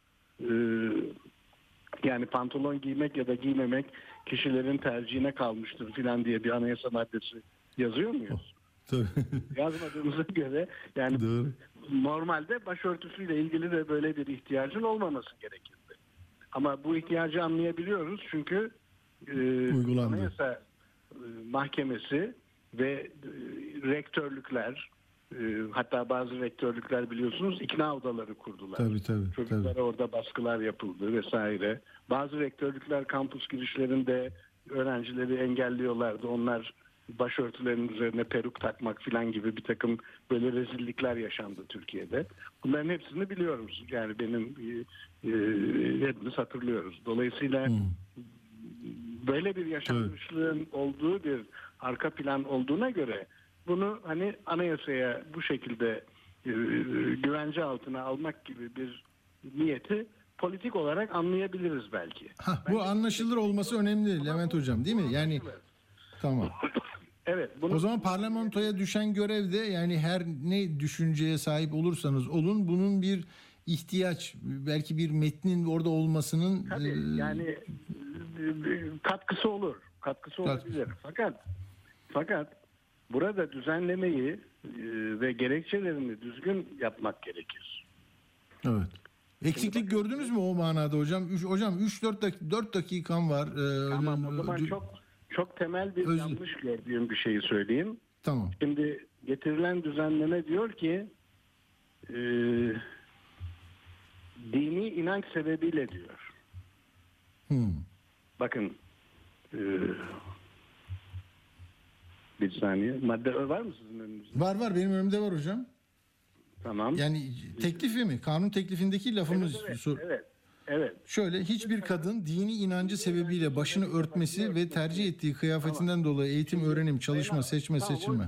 S5: Yani pantolon giymek ya da giymemek kişilerin tercihine kalmıştır filan diye bir anayasa maddesi yazıyor muyuz?
S2: Tabii.
S5: Yazmadığımıza göre yani doğru. Normalde başörtüsüyle ilgili de böyle bir ihtiyacın olmaması gerekirdi. Ama bu ihtiyacı anlayabiliyoruz çünkü Anayasa Mahkemesi ve rektörlükler, hatta bazı rektörlükler biliyorsunuz ikna odaları kurdular.
S2: Tabii.
S5: Çocuklara orada baskılar yapıldı vesaire. Bazı rektörlükler kampüs girişlerinde öğrencileri engelliyorlardı. Onlar başörtülerinin üzerine peruk takmak filan gibi bir takım böyle rezillikler yaşandı Türkiye'de. Bunların hepsini biliyoruz. Yani benim hepimiz hatırlıyoruz. Dolayısıyla böyle bir yaşanmışlığın olduğu bir arka plan olduğuna göre bunu hani anayasaya bu şekilde güvence altına almak gibi bir niyeti politik olarak anlayabiliriz belki.
S2: Bu anlaşılır olması önemli Levent Hocam, değil mi? Yani tamam.
S5: Evet.
S2: O zaman parlamentoya düşen görev de, yani her ne düşünceye sahip olursanız olun, bunun bir ihtiyaç, belki bir metnin orada olmasının
S5: yani katkısı olur. Katkısı olabilir. Fakat burada düzenlemeyi ve gerekçelerini düzgün yapmak gerekir.
S2: Evet. Eksiklik gördünüz mü o manada hocam? Hocam 4 dakikam var.
S5: Tamam, o zaman çok temel bir yanlış gördüğüm bir şeyi söyleyeyim.
S2: Tamam.
S5: Şimdi getirilen düzenleme diyor ki dini inanç sebebiyle diyor. Bakın bir saniye. Madde var mı sizin önünüzde?
S2: Var, benim önümde var hocam.
S5: Tamam.
S2: Yani teklifi mi? Kanun teklifindeki lafımız.
S5: Evet.
S2: Şöyle, hiçbir kadın dini inancı sebebiyle başını örtmesi ve tercih ettiği kıyafetinden dolayı eğitim, öğrenim, çalışma, seçme.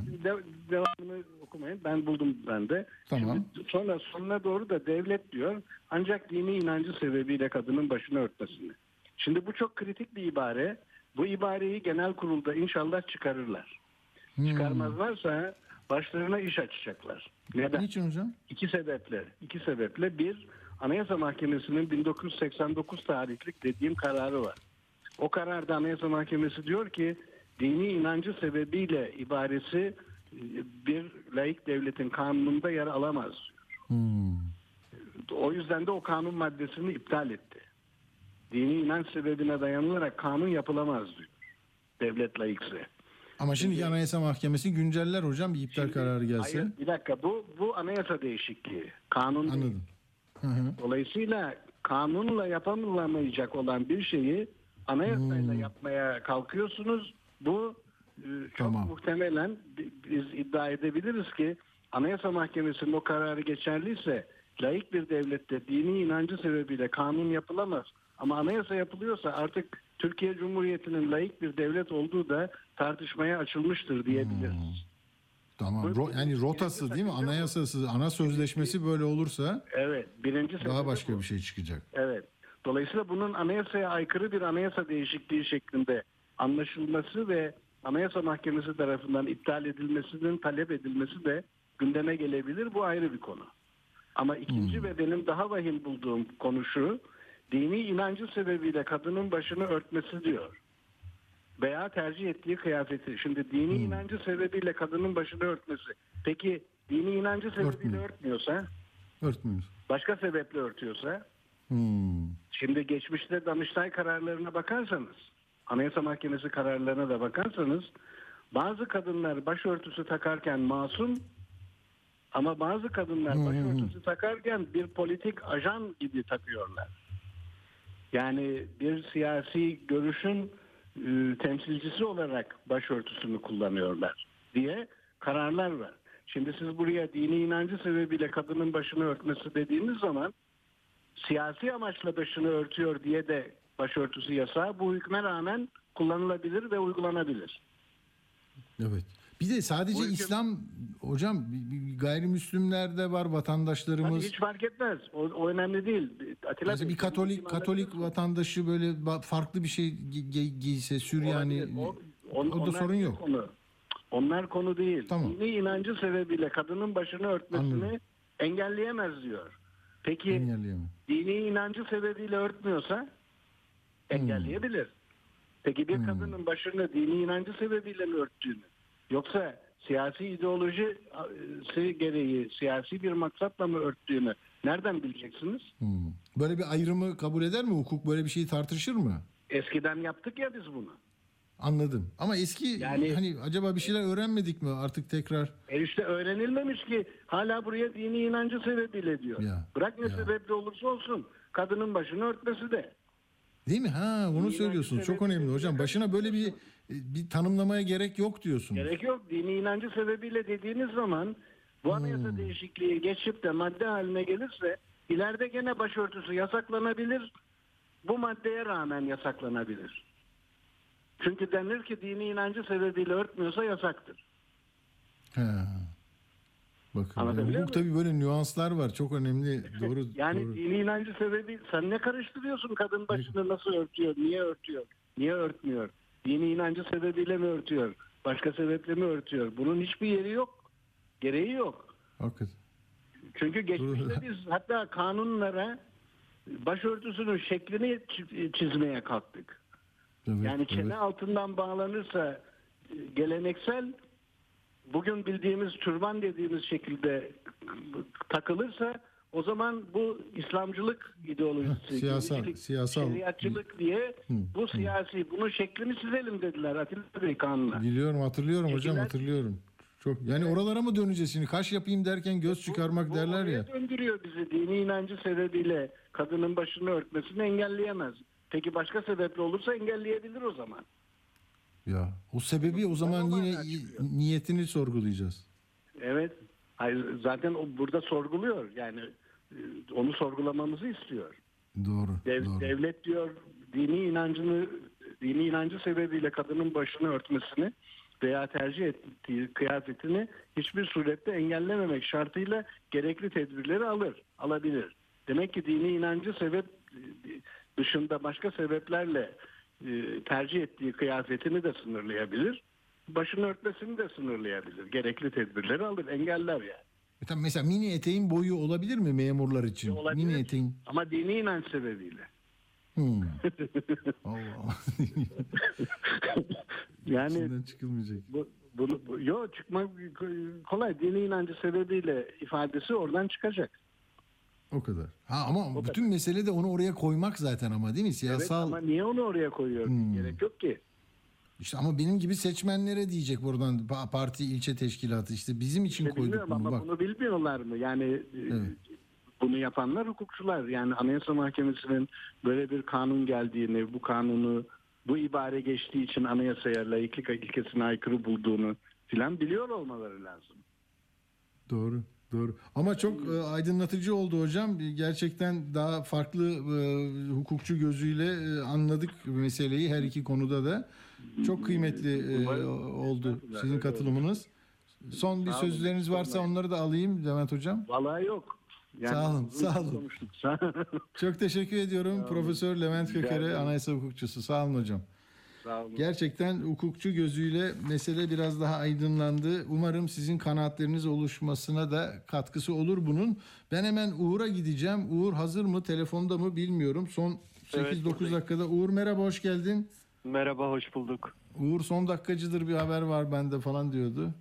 S5: Devamını okumayın. Ben buldum ben de.
S2: Tamam.
S5: Şimdi sonuna doğru da devlet diyor ancak dini inancı sebebiyle kadının başını örtmesini. Şimdi bu çok kritik bir ibare. Bu ibareyi genel kurulda inşallah çıkarırlar. Çıkarmazlarsa başlarına iş açacaklar. Neden?
S2: Niçin hocam?
S5: İki sebeple. Bir, Anayasa Mahkemesi'nin 1989 tarihlik dediğim kararı var. O kararda Anayasa Mahkemesi diyor ki dini inancı sebebiyle ibaresi bir laik devletin kanununda yer alamaz diyor. O yüzden de o kanun maddesini iptal etti. Dini inanç sebebine dayanılarak kanun yapılamaz diyor. Devlet laikse.
S2: Ama şimdi Anayasa Mahkemesi günceller hocam, bir iptal kararı gelse.
S5: Hayır, bir dakika, bu anayasa değişikliği. Kanun
S2: Anladım.
S5: değil. Dolayısıyla kanunla yapılamayacak olan bir şeyi anayasayla yapmaya kalkıyorsunuz. Bu çok muhtemelen biz iddia edebiliriz ki Anayasa Mahkemesi'nin o kararı geçerliyse laik bir devlette dini inancı sebebiyle kanun yapılamaz. Ama anayasa yapılıyorsa artık Türkiye Cumhuriyeti'nin laik bir devlet olduğu da tartışmaya açılmıştır diyebiliriz.
S2: Tamam. Yani rotası değil mi? Anayasası, ana sözleşmesi böyle olursa
S5: evet, birinci
S2: daha başka bir şey çıkacak.
S5: Evet. Dolayısıyla bunun anayasaya aykırı bir anayasa değişikliği şeklinde anlaşılması ve Anayasa Mahkemesi tarafından iptal edilmesinin talep edilmesi de gündeme gelebilir. Bu ayrı bir konu. Ama ikinci ve benim daha vahim bulduğum konu şu: dini inancı sebebiyle kadının başını örtmesi diyor. Veya tercih ettiği kıyafeti. Şimdi dini inancı sebebiyle kadının başını örtmesi. Peki dini inancı sebebiyle örtmüyorsa?
S2: Örtmüyor.
S5: Başka sebeple örtüyorsa? Şimdi geçmişte Danıştay kararlarına bakarsanız, Anayasa Mahkemesi kararlarına da bakarsanız, bazı kadınlar başörtüsü takarken masum, ama bazı kadınlar başörtüsü takarken bir politik ajan gibi takıyorlar. Yani bir siyasi görüşün temsilcisi olarak başörtüsünü kullanıyorlar diye kararlar var. Şimdi siz buraya dini inancı sebebiyle kadının başını örtmesi dediğiniz zaman siyasi amaçla başını örtüyor diye de başörtüsü yasağı bu hükme rağmen kullanılabilir ve uygulanabilir.
S2: Evet. Bir de sadece İslam hocam, gayrimüslimler de var, vatandaşlarımız.
S5: Hiç fark etmez. O önemli değil. Atilla
S2: mesela bir Katolik vatandaşı böyle farklı bir şey giyse, Süryani, o da sorun yok.
S5: Onlar konu değil.
S2: Tamam.
S5: Dini inancı sebebiyle kadının başını örtmesini engelleyemez diyor. Peki dini inancı sebebiyle örtmüyorsa engelleyebilir. Peki bir kadının başını dini inancı sebebiyle mi örttüğünü, yoksa siyasi ideolojisi gereği siyasi bir maksatla mı örttüğünü nereden bileceksiniz?
S2: Böyle bir ayrımı kabul eder mi hukuk? Böyle bir şeyi tartışır mı?
S5: Eskiden yaptık ya biz bunu.
S2: Anladım. Ama eski hani acaba bir şeyler öğrenmedik mi artık tekrar?
S5: İşte öğrenilmemiş ki hala buraya dini inancı sebebiyle diyor. Bırak ne sebeple olursa olsun kadının başını örtmesi de.
S2: Değil mi? Onu söylüyorsunuz. Çok önemli hocam. Başına böyle bir bir tanımlamaya gerek yok diyorsunuz.
S5: Gerek yok. Dini inancı sebebiyle dediğiniz zaman bu anayasa değişikliği geçip de madde haline gelirse ileride gene başörtüsü yasaklanabilir. Bu maddeye rağmen yasaklanabilir. Çünkü denir ki dini inancı sebebiyle örtmüyorsa yasaktır.
S2: He. Bakın
S5: Anlatabiliyor
S2: hukuk tabii böyle nüanslar var. Çok önemli. Doğru.
S5: Yani
S2: doğru.
S5: dini inancı sebebi sen ne karıştırıyorsun kadın başını nasıl örtüyor, niye örtüyor, niye örtmüyor? Dini inancı sebebiyle mi örtüyor, başka sebeple mi örtüyor? Bunun hiçbir yeri yok, gereği yok.
S2: Hakikaten.
S5: Çünkü geçmişte biz hatta kanunlara başörtüsünün şeklini çizmeye kalktık.
S2: Evet,
S5: Yani çene
S2: evet.
S5: altından bağlanırsa geleneksel, bugün bildiğimiz türban dediğimiz şekilde takılırsa o zaman bu İslamcılık ideolojisi,
S2: siyasal
S5: şeriatçılık diye bu siyasi, bunun şeklini çizelim dediler Atilla Bey kanunla.
S2: Biliyorum, hatırlıyorum hocam,
S5: Şekiller-
S2: hatırlıyorum. Çok yani oralara mı döneceğiz şimdi? Kaş yapayım derken göz çıkarmak
S5: Bu
S2: derler
S5: oraya
S2: ya.
S5: döndürüyor bizi. Dini inancı sebebiyle kadının başını örtmesini engelleyemez. Peki başka sebeple olursa engelleyebilir o zaman.
S2: Ya o sebebi o zaman
S5: o
S2: yine
S5: manada çıkıyor.
S2: niyetini sorgulayacağız.
S5: Evet. Hayır, zaten o burada sorguluyor. Yani onu sorgulamamızı istiyor.
S2: Doğru. doğru.
S5: Devlet diyor dini inancı sebebiyle kadının başını örtmesini veya tercih ettiği kıyafetini hiçbir surette engellememek şartıyla gerekli tedbirleri alabilir. Demek ki dini inancı sebep dışında başka sebeplerle tercih ettiği kıyafetini de sınırlayabilir. Başını örtmesini de sınırlayabilir. Gerekli tedbirleri alır, engeller yani.
S2: Tabii mesela mini eteğin boyu olabilir mi memurlar için?
S5: Olabilir.
S2: Mini eteğin.
S5: Ama dini inanç sebebiyle.
S2: Allah Allah.
S5: Yani
S2: İçinden çıkılmayacak.
S5: yok çıkmak kolay. Dini inancı sebebiyle ifadesi oradan çıkacak.
S2: O kadar. Ama bütün mesele de onu oraya koymak zaten ama değil mi? Siyasal.
S5: Evet, ama niye onu oraya koyuyor? Gerek yok ki.
S2: İşte ama benim gibi seçmenlere diyecek buradan parti ilçe teşkilatı işte bizim için koyduk
S5: Bilmiyorum
S2: bunu.
S5: ama
S2: Bak.
S5: bunu bilmiyorlar mı? Yani bunu yapanlar hukukçular. Yani Anayasa Mahkemesi'nin böyle bir kanun geldiğini, bu kanunu bu ibare geçtiği için anayasaya layıklık ilkesine aykırı bulduğunu filan biliyor olmaları lazım.
S2: Doğru. Ama çok aydınlatıcı oldu hocam. Gerçekten daha farklı hukukçu gözüyle anladık meseleyi her iki konuda da. Çok kıymetli oldu sizin katılımınız. Son bir sözleriniz varsa onları da alayım Levent hocam.
S5: Vallahi yok. Yani
S2: Sağ olun. Çok teşekkür ediyorum Profesör Levent Kökere, anayasa hukukçusu. Sağ olun hocam.
S5: Sağ olun.
S2: Gerçekten hukukçu gözüyle mesele biraz daha aydınlandı. Umarım sizin kanaatleriniz oluşmasına da katkısı olur bunun. Ben hemen Uğur'a gideceğim. Uğur hazır mı? Telefonda mı bilmiyorum. Son 8-9 dakikada. Uğur merhaba, hoş geldin.
S6: Merhaba, hoş bulduk.
S2: Uğur son dakikacıdır bir haber var bende falan diyordu.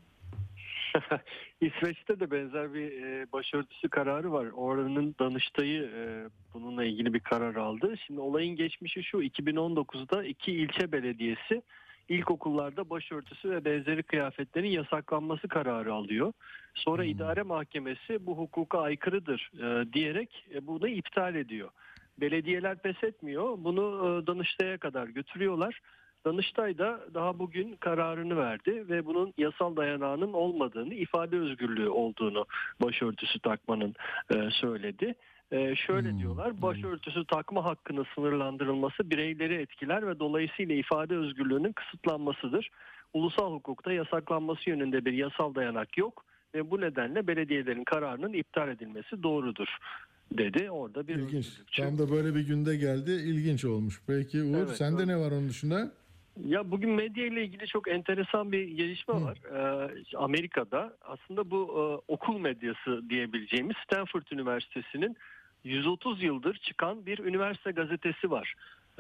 S6: İsveç'te de benzer bir başörtüsü kararı var. Oranın Danıştay'ı bununla ilgili bir karar aldı. Şimdi olayın geçmişi şu: 2019'da 2 ilçe belediyesi ilkokullarda başörtüsü ve benzeri kıyafetlerin yasaklanması kararı alıyor. Sonra idare mahkemesi bu hukuka aykırıdır diyerek bunu iptal ediyor. Belediyeler pes etmiyor. Bunu Danıştay'a kadar götürüyorlar. Danıştay da daha bugün kararını verdi ve bunun yasal dayanağının olmadığını, ifade özgürlüğü olduğunu başörtüsü takmanın söyledi. Şöyle diyorlar: başörtüsü takma hakkının sınırlandırılması bireyleri etkiler ve dolayısıyla ifade özgürlüğünün kısıtlanmasıdır. Ulusal hukukta yasaklanması yönünde bir yasal dayanak yok ve bu nedenle belediyelerin kararının iptal edilmesi doğrudur dedi. Orada bir
S2: İlginç.
S6: özgürlükçü.
S2: Tam da böyle bir günde geldi. İlginç olmuş. Peki Uğur,
S6: Evet,
S2: sende ne var onun dışında?
S6: Ya bugün medya ile ilgili çok enteresan bir gelişme var. Amerika'da aslında bu okul medyası diyebileceğimiz Stanford Üniversitesi'nin 130 yıldır çıkan bir üniversite gazetesi var.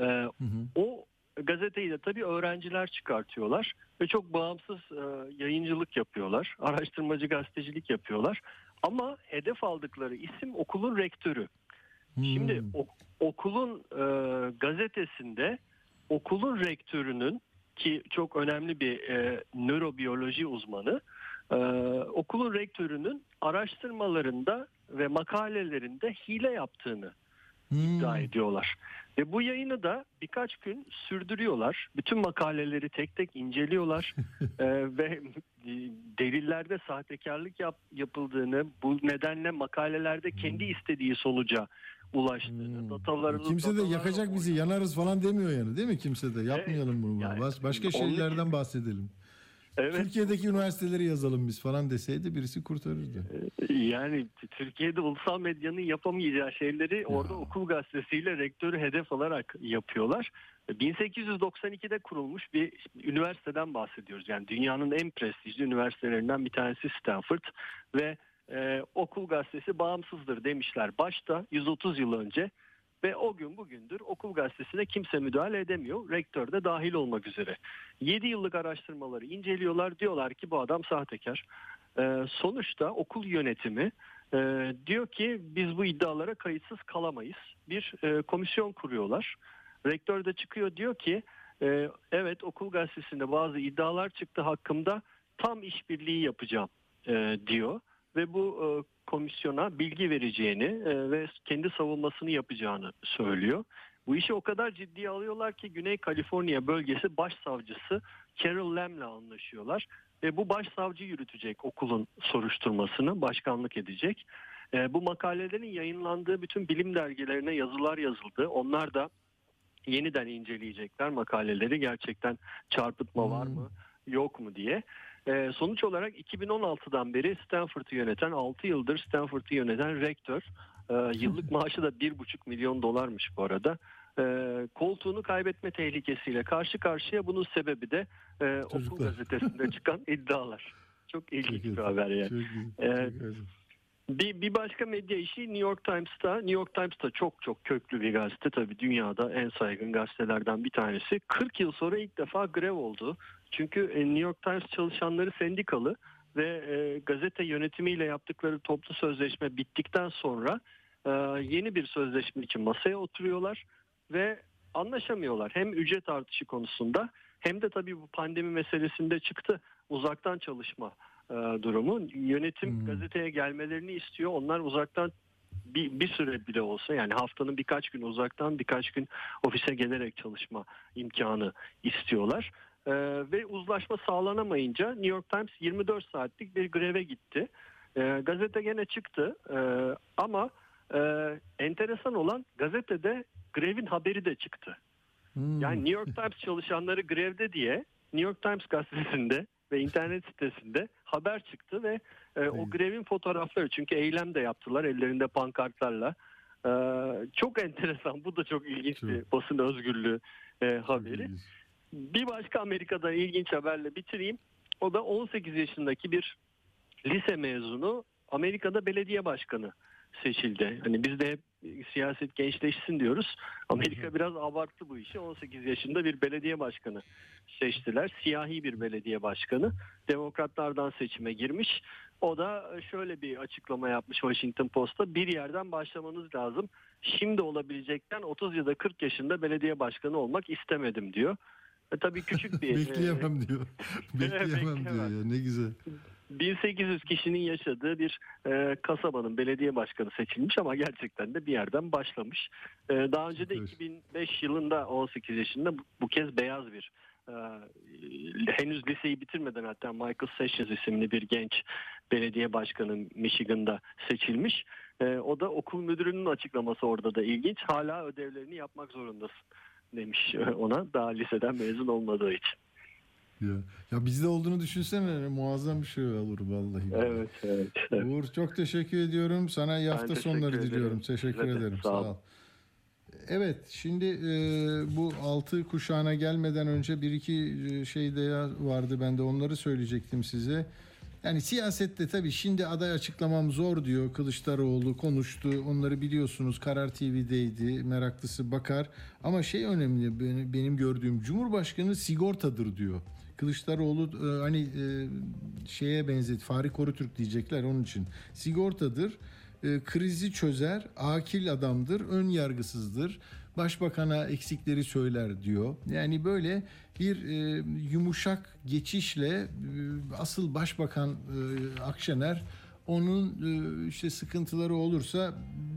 S6: O gazeteyi de tabii öğrenciler çıkartıyorlar ve çok bağımsız yayıncılık yapıyorlar. Araştırmacı gazetecilik yapıyorlar. Ama hedef aldıkları isim okulun rektörü. Şimdi okulun gazetesinde okulun rektörünün, ki çok önemli bir nörobiyoloji uzmanı, okulun rektörünün araştırmalarında ve makalelerinde hile yaptığını iddia ediyorlar. Ve bu yayını da birkaç gün sürdürüyorlar. Bütün makaleleri tek tek inceliyorlar ve delillerde sahtekarlık yapıldığını, bu nedenle makalelerde kendi istediği sonuca ulaştığını,
S2: Kimse de yakacak bizi, yanarız falan demiyor yani, değil mi? Kimse de yapmayalım bunu.
S6: Yani,
S2: başka şeylerden bahsedelim.
S6: Evet.
S2: Türkiye'deki üniversiteleri yazalım biz falan deseydi birisi kurtarırdı.
S6: Yani Türkiye'de ulusal medyanın yapamayacağı şeyleri orada okul gazetesiyle rektörü hedef alarak yapıyorlar. 1892'de kurulmuş bir üniversiteden bahsediyoruz. Yani dünyanın en prestijli üniversitelerinden bir tanesi Stanford ve okul gazetesi bağımsızdır demişler başta 130 yıl önce. Ve o gün bugündür okul gazetesine kimse müdahale edemiyor. Rektör de dahil olmak üzere. 7 yıllık araştırmaları inceliyorlar. Diyorlar ki bu adam sahtekar. Sonuçta okul yönetimi diyor ki biz bu iddialara kayıtsız kalamayız. Bir komisyon kuruyorlar. Rektör de çıkıyor diyor ki evet okul gazetesinde bazı iddialar çıktı hakkımda, tam işbirliği yapacağım diyor. Ve bu komisyona bilgi vereceğini ve kendi savunmasını yapacağını söylüyor. Bu işi o kadar ciddiye alıyorlar ki Güney Kaliforniya bölgesi başsavcısı Carol Lam'le anlaşıyorlar. Ve bu başsavcı yürütecek okulun soruşturmasını, başkanlık edecek. Bu makalelerin yayınlandığı bütün bilim dergilerine yazılar yazıldı. Onlar da yeniden inceleyecekler makaleleri, gerçekten çarpıtma var mı yok mu diye. Sonuç olarak 2016'dan beri Stanford'u yöneten, 6 yıldır Stanford'u yöneten rektör, yıllık maaşı da $1,5 milyon bu arada. Koltuğunu kaybetme tehlikesiyle karşı karşıya. Bunun sebebi de okul gazetesinde çıkan iddialar. Çok ilginç bir haber yani. Bir başka medya işi New York Times'ta. New York Times'ta çok çok köklü bir gazete, tabii dünyada en saygın gazetelerden bir tanesi. 40 yıl sonra ilk defa grev oldu. Çünkü New York Times çalışanları sendikalı ve gazete yönetimiyle yaptıkları toplu sözleşme bittikten sonra yeni bir sözleşme için masaya oturuyorlar ve anlaşamıyorlar. Hem ücret artışı konusunda hem de tabii bu pandemi meselesinde çıktı uzaktan çalışma durumu. Yönetim gazeteye gelmelerini istiyor. Onlar uzaktan bir süre bile olsa, yani haftanın birkaç gün uzaktan, birkaç gün ofise gelerek çalışma imkanı istiyorlar. Ve uzlaşma sağlanamayınca New York Times 24 saatlik bir greve gitti. Gazete gene çıktı ama enteresan olan gazetede grevin haberi de çıktı. Yani New York Times çalışanları grevde diye New York Times gazetesinde ve internet sitesinde haber çıktı ve o grevin fotoğrafları, çünkü eylem de yaptılar ellerinde pankartlarla. Çok enteresan, bu da çok ilginç bir basın özgürlüğü haberi. Bir başka Amerika'da ilginç haberle bitireyim. O da 18 yaşındaki bir lise mezunu Amerika'da belediye başkanı seçildi. Hani biz de hep siyaset gençleşsin diyoruz. Amerika biraz abarttı bu işi. 18 yaşında bir belediye başkanı seçtiler. Siyahi bir belediye başkanı. Demokratlardan seçime girmiş. O da şöyle bir açıklama yapmış Washington Post'ta. Bir yerden başlamanız lazım. Şimdi olabilecekten 30 ya da 40 yaşında belediye başkanı olmak istemedim diyor. Tabii küçük bir...
S2: Bekleyemem diyor. Bekleyemem diyor ya, ne güzel.
S6: 1800 kişinin yaşadığı bir kasabanın belediye başkanı seçilmiş ama gerçekten de bir yerden başlamış. Daha önce de 2005 yılında 18 yaşında bu kez beyaz bir henüz liseyi bitirmeden hatta Michael Sessions isimli bir genç belediye başkanı Michigan'da seçilmiş. O da okul müdürünün açıklaması orada da ilginç. Hala ödevlerini yapmak zorundasın demiş ona, daha liseden mezun olmadığı için.
S2: Ya bizde olduğunu düşünsene, muazzam bir şey olur vallahi.
S6: Evet.
S2: Uğur, çok teşekkür ediyorum. Sana iyi hafta sonları diliyorum. Teşekkür ederim. Sağ ol. Evet, şimdi bu 6 kuşağına gelmeden önce bir iki şey de vardı, ben de onları söyleyecektim size. Yani siyasette tabii şimdi aday açıklamam zor diyor Kılıçdaroğlu, konuştu, onları biliyorsunuz, Karar TV'deydi, meraklısı bakar. Ama şey önemli, benim gördüğüm, Cumhurbaşkanı sigortadır diyor. Kılıçdaroğlu hani şeye benzet, Fahri Korutürk diyecekler onun için. Sigortadır, krizi çözer, akil adamdır, ön yargısızdır, başbakana eksikleri söyler diyor. Yani böyle bir yumuşak geçişle asıl başbakan Akşener, onun işte sıkıntıları olursa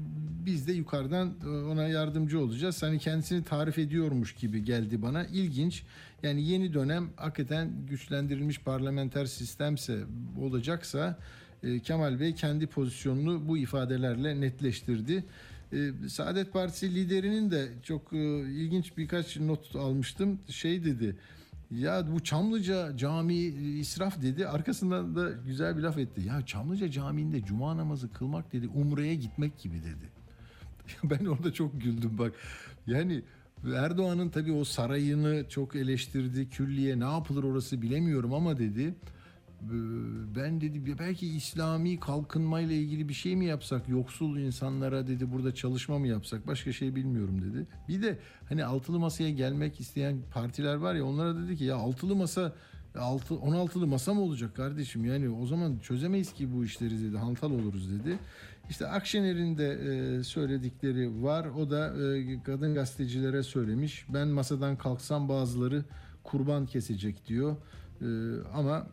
S2: biz de yukarıdan ona yardımcı olacağız. Hani kendisini tarif ediyormuş gibi geldi bana. İlginç. Yani yeni dönem hakikaten güçlendirilmiş parlamenter sistemse olacaksa Kemal Bey kendi pozisyonunu bu ifadelerle netleştirdi. Saadet Partisi liderinin de çok ilginç birkaç not almıştım. Şey dedi, ya bu Çamlıca Camii israf dedi. Arkasından da güzel bir laf etti. Ya Çamlıca Camii'nde cuma namazı kılmak dedi, Umre'ye gitmek gibi dedi. Ben orada çok güldüm bak. Yani Erdoğan'ın tabii o sarayını çok eleştirdi. Külliye ne yapılır orası bilemiyorum ama dedi. Ben dedi belki İslami kalkınmayla ilgili bir şey mi yapsak, yoksul insanlara dedi burada çalışma mı yapsak, başka şey bilmiyorum dedi. Bir de hani altılı masaya gelmek isteyen partiler var ya, onlara dedi ki ya altılı masa 16'lı masa mı olacak kardeşim, yani o zaman çözemeyiz ki bu işleri dedi, hantal oluruz dedi. İşte Akşener'in de söyledikleri var, o da kadın gazetecilere söylemiş, ben masadan kalksam bazıları kurban kesecek diyor. Ama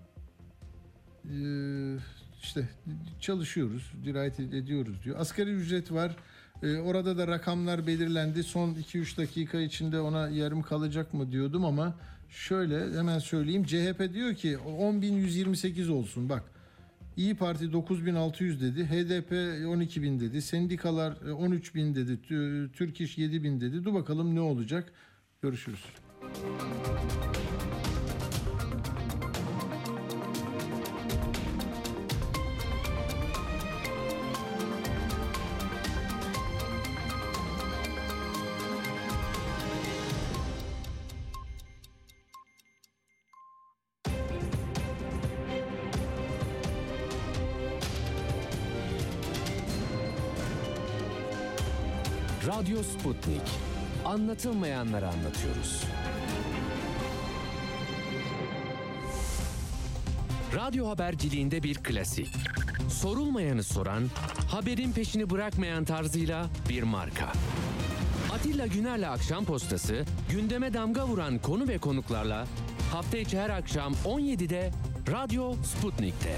S2: işte çalışıyoruz, dirayet ediyoruz diyor. Asgari ücret var. Orada da rakamlar belirlendi. Son 2-3 dakika içinde ona yarım kalacak mı diyordum ama şöyle hemen söyleyeyim. CHP diyor ki 10.128 olsun. Bak, İyi Parti 9.600 dedi. HDP 12.000 dedi. Sendikalar 13.000 dedi. Türk İş 7.000 dedi. Dur bakalım ne olacak. Görüşürüz.
S1: Radyo Sputnik. Anlatılmayanları anlatıyoruz. Radyo haberciliğinde bir klasik. Sorulmayanı soran, haberin peşini bırakmayan tarzıyla bir marka. Atilla Güner'le Akşam Postası, gündeme damga vuran konu ve konuklarla hafta içi her akşam 17'de Radyo Sputnik'te.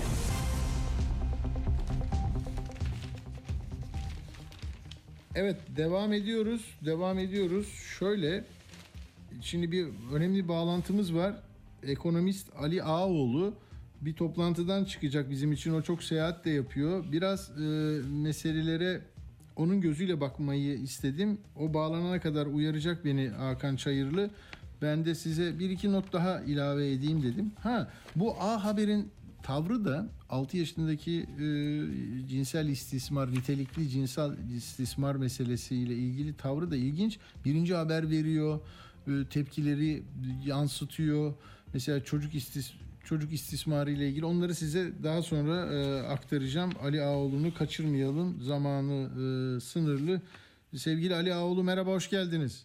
S2: Evet, devam ediyoruz. Şöyle, şimdi bir önemli bağlantımız var. Ekonomist Ali Ağaoğlu bir toplantıdan çıkacak bizim için. O çok seyahat de yapıyor. Biraz meselelere onun gözüyle bakmayı istedim. O bağlanana kadar uyaracak beni Hakan Çayırlı. Ben de size bir iki not daha ilave edeyim dedim. Bu A Haber'in tavrı da 6 yaşındaki cinsel istismar, nitelikli cinsel istismar meselesiyle ilgili tavrı da ilginç. Birinci haber veriyor, tepkileri yansıtıyor. Mesela çocuk istismarı ile ilgili, onları size daha sonra aktaracağım. Ali Ağaoğlu'nu kaçırmayalım, zamanı sınırlı. Sevgili Ali Ağaoğlu, merhaba, hoş geldiniz.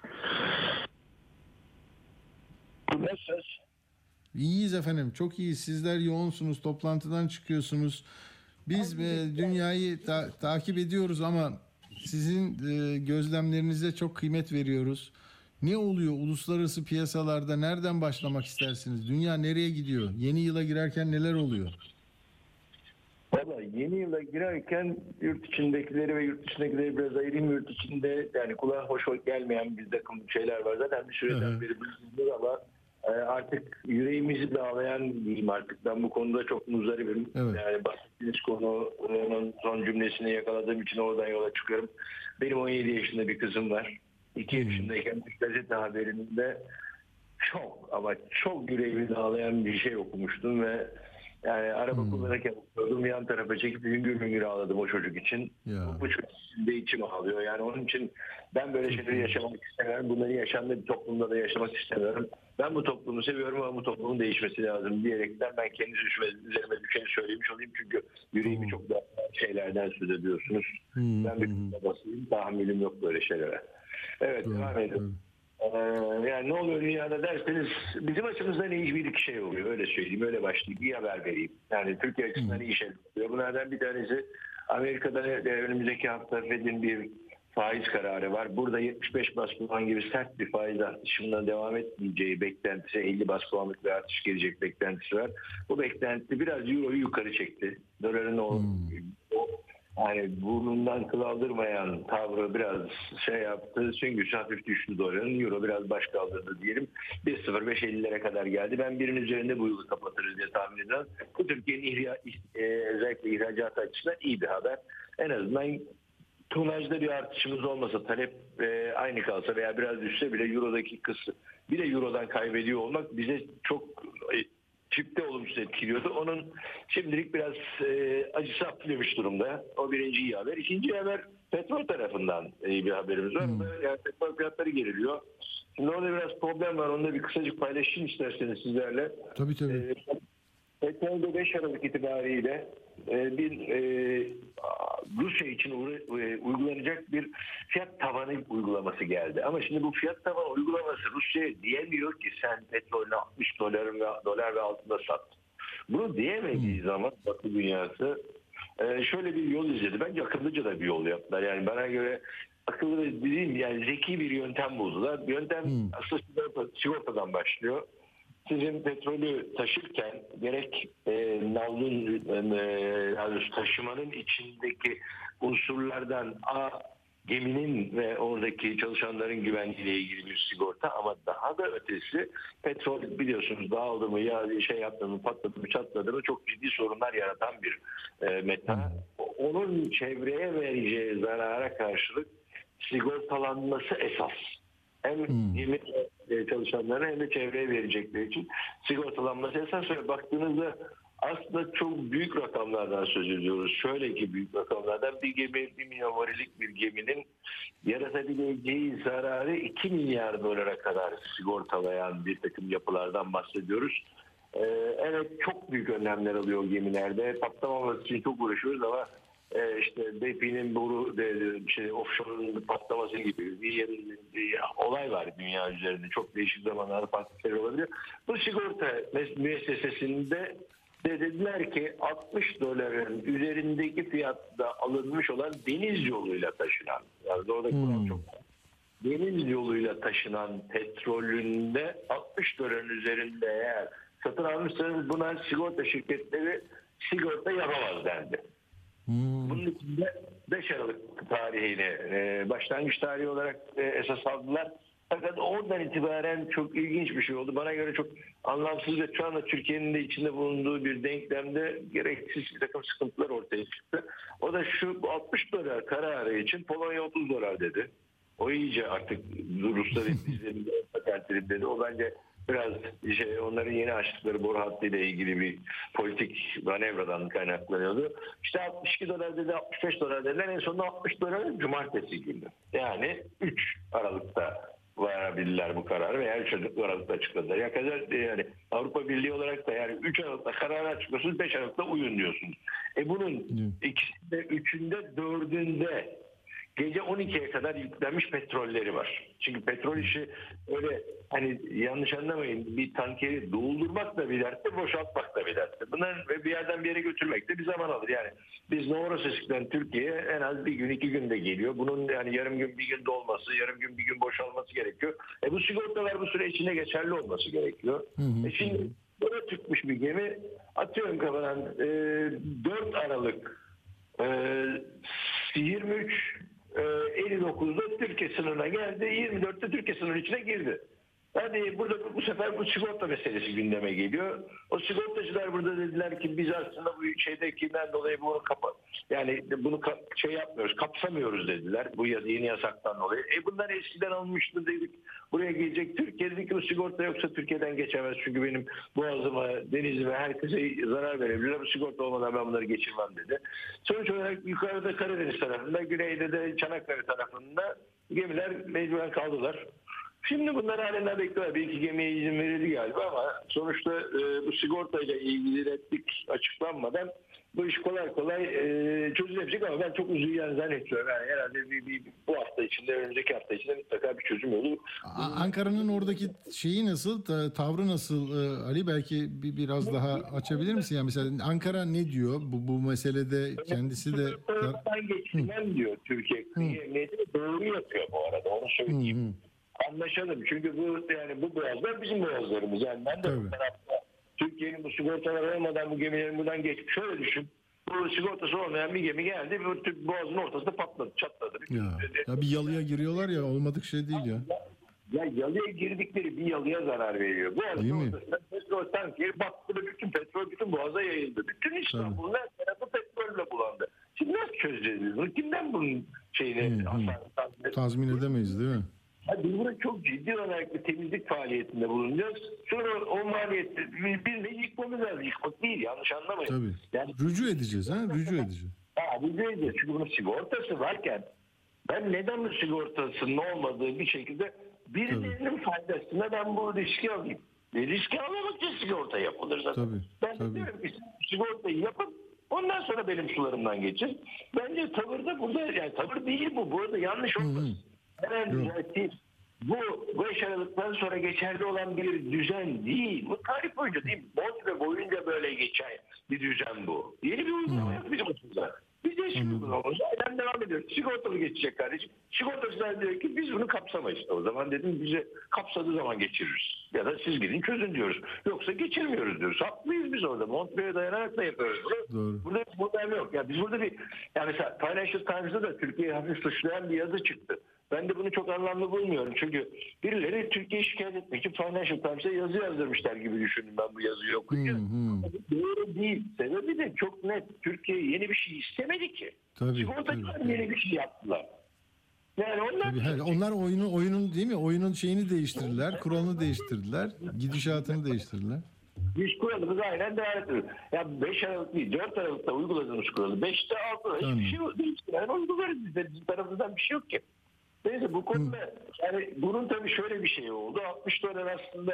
S7: Nasılsınız?
S2: İyiyiz efendim, çok iyiyiz. Sizler yoğunsunuz, toplantıdan çıkıyorsunuz. Biz dünyayı takip ediyoruz ama sizin gözlemlerinize çok kıymet veriyoruz. Ne oluyor uluslararası piyasalarda? Nereden başlamak istersiniz? Dünya nereye gidiyor? Yeni yıla girerken neler oluyor?
S7: Valla yeni yıla girerken yurt içindekileri ve yurt dışındakileri biraz ayırayım. Yurt içinde yani kulağa hoş gelmeyen bir takım şeyler var. Zaten bir süreden beri bildiğimiz ama artık yüreğimizi bağlayan diyeyim artık. Ben bu konuda çok muzdaribim.
S2: Evet.
S7: Yani bahsettiğiniz konunun son cümlesini yakaladığım için oradan yola çıkıyorum. Benim 17 yaşında bir kızım var. 2 yaşındayken bir gazete haberinde çok ama çok yüreğimi dağlayan bir şey okumuştum ve yani araba kullanırken okuyordum, yan tarafa çekip hüngür hüngür ağladım o çocuk için. Bu çocuk için de içim ağlıyor. Yani onun için ben böyle şeyleri yaşamak istemiyorum. Bunları yaşandığı bir toplumda da yaşamak istemiyorum. Ben bu toplumu seviyorum ama bu toplumun değişmesi lazım diyerekten ben kendi üzerime düşeni söylemiş olayım. Çünkü yüreğimi çok da şeylerden söz ediyorsunuz. Ben bir kısma basayım. Tahammülüm yok böyle şeylere. Evet, devam edelim. Yani ne oluyor dünyada derseniz bizim açımızdan iyi bir iki şey oluyor. Öyle söyleyeyim, öyle başlayayım. İyi haber vereyim. Yani Türkiye açısından iyi şeyler oluyor. Bunlardan bir tanesi Amerika'da önümüzdeki hafta Fed'in bir faiz kararı var. Burada 75 bas puan gibi sert bir faiz artışından devam etmeyeceği beklentisi, 50 bas puanlık bir artış gelecek beklentisi var. Bu beklenti biraz Euro'yu yukarı çekti. Doların o hani burnundan kıl aldırmayan tavrı biraz şey yaptı. Süngüsü hafif düştü doların. Euro biraz baş kaldırdı diyelim. 1.05.50'lere kadar geldi. Ben birinin üzerinde bu yılı kapatırız diye tahmin ediyorum. Bu Türkiye'nin özellikle ihracat açısından iyi bir haber. En azından tonajda bir artışımız olmasa, talep aynı kalsa veya biraz düşse bile Euro'daki kısmı bir de Euro'dan kaybediyor olmak bize çok çifte olumsuz etkiliyordu. Onun şimdilik biraz acısı hafiflemiş durumda. O birinci iyi haber. İkinci haber petrol tarafından iyi bir haberimiz var. Yani petrol fiyatları geriliyor. Şimdi orada biraz problem var. Onu da bir kısacık paylaşayım isterseniz sizlerle.
S2: Tabii.
S7: Petrolde 5 Aralık itibariyle bir Rusya için uygulanacak bir fiyat tavanı uygulaması geldi. Ama şimdi bu fiyat tavanı uygulaması Rusya diyemiyor ki sen petrolünü 60 dolar ve altında sat. Bunu diyemediği zaman Batı dünyası şöyle bir yol izledi. Bence akıllıca da bir yol yaptılar. Yani bana göre akıllı ve dediğim yani zeki bir yöntem buldular. Yöntem aslında sigortadan başlıyor. Sizin petrolü taşırken gerek navlun taşımanın içindeki unsurlardan geminin ve oradaki çalışanların güvenliğiyle ilgili bir sigorta, ama daha da ötesi petrol biliyorsunuz dağıldı mı ya şey yaptı mı patladı mı çatladı mı çok ciddi sorunlar yaratan bir meta. Onun çevreye vereceği zarara karşılık sigortalanması esas. Hem gemi çalışanlara hem de çevreye verecekleri için sigortalanması esas. Ve baktığınızda aslında çok büyük rakamlardan söz ediyoruz. Şöyle ki büyük rakamlardan bir gemi 1 milyon varilik bir geminin yaratabileceği zararı 2 milyar dolara kadar sigortalayan bir takım yapılardan bahsediyoruz. Evet çok büyük önlemler alıyor gemilerde. Patlamaması için çok uğraşıyoruz ama işte BP'nin boru offshore'un patlaması gibi bir olay var dünya üzerinde. Çok değişik zamanlarda farklı şeyler olabilir. Bu sigorta müessesesinde dediler ki 60 doların üzerindeki fiyatta alınmış olan deniz yoluyla taşınan, yani orada kural çok deniz yoluyla taşınan petrolünde 60 doların üzerinde eğer satın almışsanız buna sigorta şirketleri sigorta yapamaz dendi. Bunun için de 5 Aralık tarihini başlangıç tarihi olarak esas aldılar. Fakat oradan itibaren çok ilginç bir şey oldu. Bana göre çok anlamsız ve şu anda Türkiye'nin de içinde bulunduğu bir denklemde gereksiz bir takım sıkıntılar ortaya çıktı. O da şu 60 dolar kararı için Polonya 30 dolar dedi. O iyice artık Rusların izlerinde dedi. O bence biraz onların yeni açtıkları boru hattıyla ilgili bir politik manevradan kaynaklanıyordu. İşte 62 dolar dedi, 65 dolar dediler. En sonunda 60 dolar cumartesi günü. Yani 3 Aralık'ta varabildiler bu kararı veya 3 Aralık'ta açıkladılar. Yani Avrupa Birliği olarak da yani 3 Aralık'ta kararı açıklıyorsunuz, 5 Aralık'ta uyun diyorsunuz. Bunun ikisinde, üçünde, dördünde gece 12'ye kadar yüklenmiş petrolleri var. Çünkü petrol işi öyle hani yanlış anlamayın bir tankeri doldurmak da bir dertte, boşaltmak da bir dertte. Bunlar ve bir yerden bir yere götürmek de bir zaman alır. Yani biz Novorossiysk'ten Türkiye'ye en az bir gün 2 günde geliyor. Bunun yani yarım gün bir gün dolması, yarım gün bir gün boşalması gerekiyor. Bu sigortalar bu süre içinde geçerli olması gerekiyor. Şimdi böyle çıkmış bir gemi atıyorum kafadan 4 Aralık 23 59'da Türkiye sınırına geldi. 24'te Türkiye sınırı içine girdi. Hadi burada bu sefer bu sigorta meselesi gündeme geliyor. O sigortacılar burada dediler ki biz aslında bu şeydekinden dolayı bunu bunu yapmıyoruz, kapsamıyoruz dediler. Bu yeni yasaktan dolayı. Bunlar eskiden alınmıştı dedik. Buraya gelecek Türkiye dedi ki bu sigorta yoksa Türkiye'den geçemez. Çünkü benim boğazıma, denizime, herkese zarar verebilir. Bu sigorta olmadan ben bunları geçirmem dedi. Sonuç olarak yukarıda Karadeniz tarafında, güneyde de Çanakkale tarafında gemiler mecburen kaldılar. Şimdi bunlar halen bekliyorlar. Bir iki gemiye izin verildi galiba ama sonuçta bu sigortayla ilgili netlik açıklanmadan bu iş kolay çözülebilecek ama ben çok uzayacağını zannetmiyorum. Yani herhalde bu hafta içinde, önümüzdeki hafta içinde mutlaka bir çözüm olur.
S2: Ankara'nın oradaki şeyi nasıl, tavrı nasıl Ali? Belki biraz daha açabilir misin? Yani mesela Ankara ne diyor? Bu meselede kendisi de...
S7: Ben geçmem diyor Türkiye. Doğru yapıyor bu arada, onu söyleyeyim. Anlaşalım. Çünkü bu boğazlar bizim boğazlarımız. Yani ben de bu tarafta Türkiye'nin bu sigortalar olmadan bu gemilerin buradan geçmiş. Şöyle düşün. Bu sigortası olmayan bir gemi geldi, boğazın ortasında patladı, çatladı.
S2: Ya bir yalıya giriyorlar ya, olmadık şey değil ya.
S7: Ya yalıya girdikleri bir yalıya zarar veriyor. Bu arada
S2: Değil mi?
S7: petrol tankeri battı ve bütün petrol bütün boğaza yayıldı. Bütün İstanbul'un her tarafı petrolle bulandı. Şimdi nasıl çözeceğiz biz bunu? Kimden bunun şeyini
S2: Tazmin edemeyiz değil mi?
S7: Biz burada çok ciddi olarak bir temizlik faaliyetinde bulunacağız. Sonra o maliyeti biz yıkmamız lazım. Yıkmak değil, yanlış anlamayın.
S2: Tabii.
S7: Yani,
S2: rücu edeceğiz ha, rücu edeceğiz.
S7: Rücu edeceğiz. Çünkü bunun sigortası varken ben neden bu sigortasının olmadığı bir şekilde birilerinin faydasına ben bu riski alayım. Riski almamak için sigorta yapılır zaten. Ben de diyorum ki sigortayı yapın. Ondan sonra benim sularımdan geçin. Bence tavırda burada, yani tavır değil bu. Burada yanlış olmasın. Hemen düzelteyim. Bu 5 Aralık'tan sonra geçerli olan bir düzen değil. Bu tarih boyunca değil. Montre boyunca böyle geçen bir düzen bu. Yeni bir uygulama yok bizim açımızda. Biz de şimdi uygulamamız aynen devam ediyoruz. Sigortalı geçecek kardeşim. Sigortacılar diyor ki biz bunu kapsamayız. O zaman dedim bize kapsadığı zaman geçiririz. Ya da siz gidin çözün diyoruz. Yoksa geçirmiyoruz diyoruz. Haklıyız biz orada. Montre'ye dayanarak da yapıyoruz bunu.
S2: Doğru.
S7: Burada bir problem yok. Ya biz burada yani mesela Financial Times'da da Türkiye'yi hafif suçlayan bir yazı çıktı. Ben de bunu çok anlamlı bulmuyorum. Çünkü birileri Türkiye'yi şikayet etmek için Financial Times'a yazı yazdırmışlar gibi düşündüm ben bu yazıyı okuyunca. Doğru değil. Sebebi de çok net. Türkiye yeni bir şey istemedi ki. Sigortacılar yeni bir şey yaptılar. Yani
S2: onlar oyunun değil mi? Oyunun şeyini değiştirdiler, kuralını değiştirdiler, gidişatını değiştirdiler.
S7: Biz kuralımız aynen devam ediyoruz. Ya 5 Aralık değil, 4 Aralık'ta uyguladığımız kuralı 5'te 6'da hiçbir şey yok. Yani uygularız biz de. Bizim tarafımızdan bir şey yok ki. Neyse bu konuda yani bunun tabii şöyle bir şey oldu. 60 dolar aslında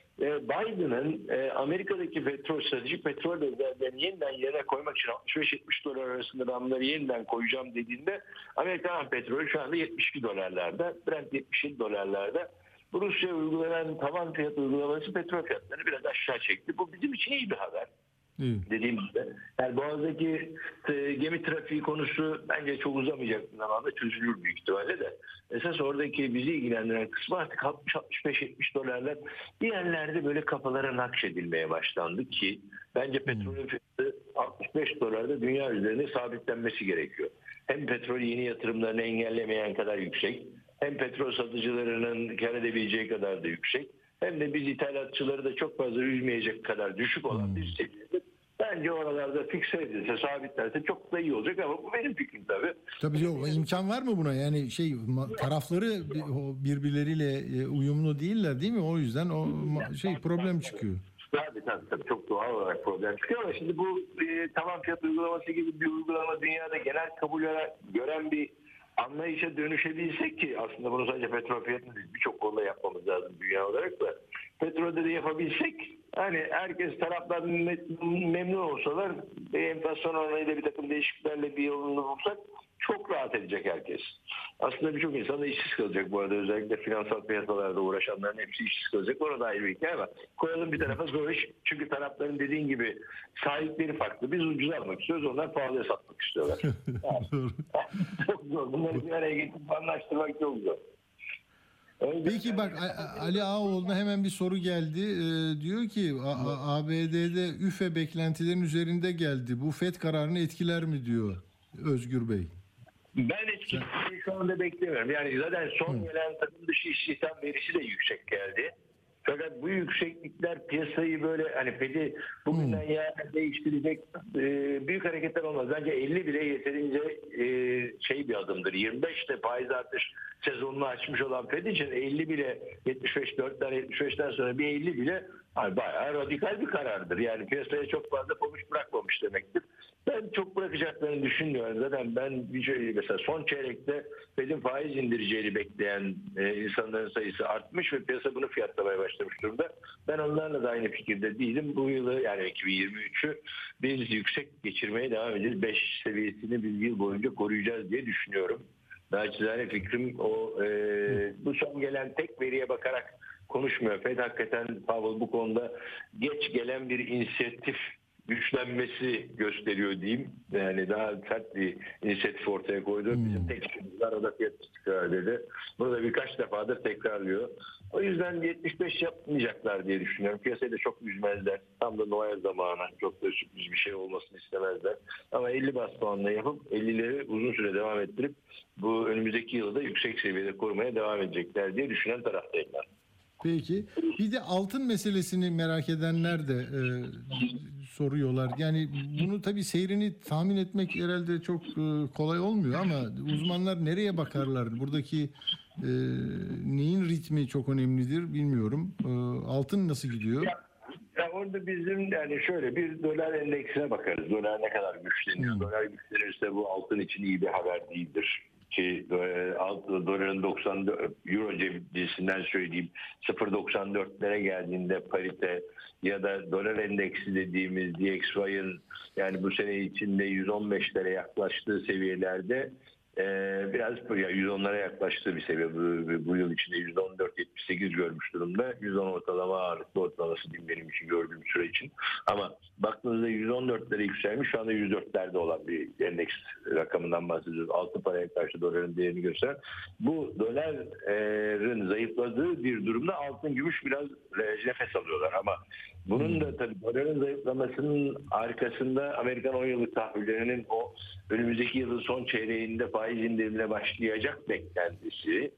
S7: Biden'ın Amerika'daki stratejik petrol rezervlerini yeniden yerine koymak için 65-70 dolar arasında ben bunları yeniden koyacağım dediğinde Amerikan petrolü şu anda 72 dolarlarda, Brent 77 dolarlarda. Bu Rusya'ya uygulanan tavan fiyat uygulaması petrol fiyatlarını biraz aşağı çekti. Bu bizim için iyi bir haber. Dediğim gibi. Yani Boğaz'daki gemi trafiği konusu bence çok uzamayacak bir zamanda çözülür büyük ihtimalle de. Esas oradaki bizi ilgilendiren kısmı artık 60-65-70 dolarlar bir yerlerde böyle kafalara nakşedilmeye başlandı ki bence petrolün fiyatı 65 dolarda dünya üzerinde sabitlenmesi gerekiyor. Hem petrol yeni yatırımlarını engellemeyen kadar yüksek, hem petrol satıcılarının kar edebileceği kadar da yüksek, hem de biz ithalatçıları da çok fazla üzmeyecek kadar düşük olan bir seviyede. Bence oralarda fikse edilse, sabitlerse çok da iyi olacak ama bu benim fikrim tabii.
S2: Tabii yok, imkan var mı buna? Yani tarafları birbirleriyle uyumlu değiller değil mi? O yüzden problem çıkıyor.
S7: Tabii çok doğal olarak problem çıkıyor ama şimdi bu tavan fiyat uygulaması gibi bir uygulama dünyada genel kabul gören bir anlayışa dönüşebilsek ki aslında bunu sadece petrol fiyatını değil birçok konuda yapmamız lazım dünya olarak da petrolde de yapabilsek hani herkes taraflar memnun olsalar enflasyon oranıyla bir takım değişikliklerle bir yolunu bulsak çok rahat edecek herkes. Aslında birçok insan da işsiz kalacak bu arada özellikle finansal piyasalarda uğraşanların hepsi işsiz kalacak. Orada ayrı bir hikaye ama koyalım bir tarafa zor iş. Çünkü tarafların dediğin gibi sahipleri farklı. Biz ucuz almak istiyoruz. Onlar pahalıya satmak istiyorlar. Çok zor. Bunları bir araya getirip anlaştırmak çok zor.
S2: Peki bak Ali Ağaoğlu'na hemen bir soru geldi. Diyor ki ABD'de üfe beklentilerin üzerinde geldi. Bu FED kararını etkiler mi diyor Özgür Bey.
S7: Ben etkilerini şu anda beklemiyorum. Yani zaten son gelen takım dışı istihdam verisi de yüksek geldi. Fakat bu yükseklikler piyasayı böyle hani Fed'i bugünden yarına değiştirecek büyük hareketler olmaz. Bence 50 bile yeterince bir adımdır. 25'te faiz artış sezonunu açmış olan Fed için 50 bile 75'ten sonra bir 50 bile bayağı radikal bir karardır. Yani piyasaya çok fazla pabuç bırakmamış demektir. Ben çok bırakacaklarını düşünmüyorum. Zaten ben mesela son çeyrekte Fed'in faiz indireceğini bekleyen insanların sayısı artmış ve piyasa bunu fiyatlamaya başlamış durumda. Ben onlarla da aynı fikirde değilim. Bu yılı yani 2023'ü biz yüksek geçirmeye devam edeceğiz. 5 seviyesini biz yıl boyunca koruyacağız diye düşünüyorum. Naçizane fikrim o. Bu son gelen tek veriye bakarak konuşmuyor. Fed hakikaten Powell bu konuda geç gelen bir inisiyatif güçlenmesi gösteriyor diyeyim. Yani daha sert bir inisiyatif ortaya koydu. Bizim tek işimiz var, o da fiyat istikrarı dedi. Bunu da birkaç defadır tekrarlıyor. O yüzden 75 yapmayacaklar diye düşünüyorum. Piyasayı da çok üzmezler. Tam da Noel zamanı çok da sürpriz bir şey olmasını istemezler. Ama 50 bas puanla yapıp 50'leri uzun süre devam ettirip bu önümüzdeki yılda yüksek seviyede korumaya devam edecekler diye düşünen taraftayım ben.
S2: Peki. Bir de altın meselesini merak edenler de soruyorlar. Yani bunu tabii seyrini tahmin etmek herhalde çok kolay olmuyor ama uzmanlar nereye bakarlar? Buradaki neyin ritmi çok önemlidir bilmiyorum. Altın nasıl gidiyor?
S7: Ya orada bizim yani şöyle bir dolar endeksine bakarız. Dolar ne kadar güçleniyor? Dolar güçlenirse bu altın için iyi bir haber değildir. Ki doların 94 euro cinsinden söyleyeyim 0.94'lere geldiğinde parite ya da dolar endeksi dediğimiz DXY'ın yani bu sene içinde 115'lere yaklaştığı seviyelerde biraz ya 110'lara yaklaştığı bir seviye bu yıl içinde 114.78 görmüş durumda. 110 ortalama ağırlıklı ortalaması diyeyim benim için gördüğüm süre için. Ama baktığınızda 114'lere yükselmiş şu anda 104'lerde olan bir endeks rakamından bahsediyoruz. Altın paraya karşı doların değerini gösteren. Bu doların zayıfladığı bir durumda altın gümüş biraz nefes alıyorlar ama bunun da tabii doların zayıflamasının arkasında Amerikan 10 yıllık tahvillerinin o önümüzdeki yılın son çeyreğinde faiz indirimine başlayacak beklentisi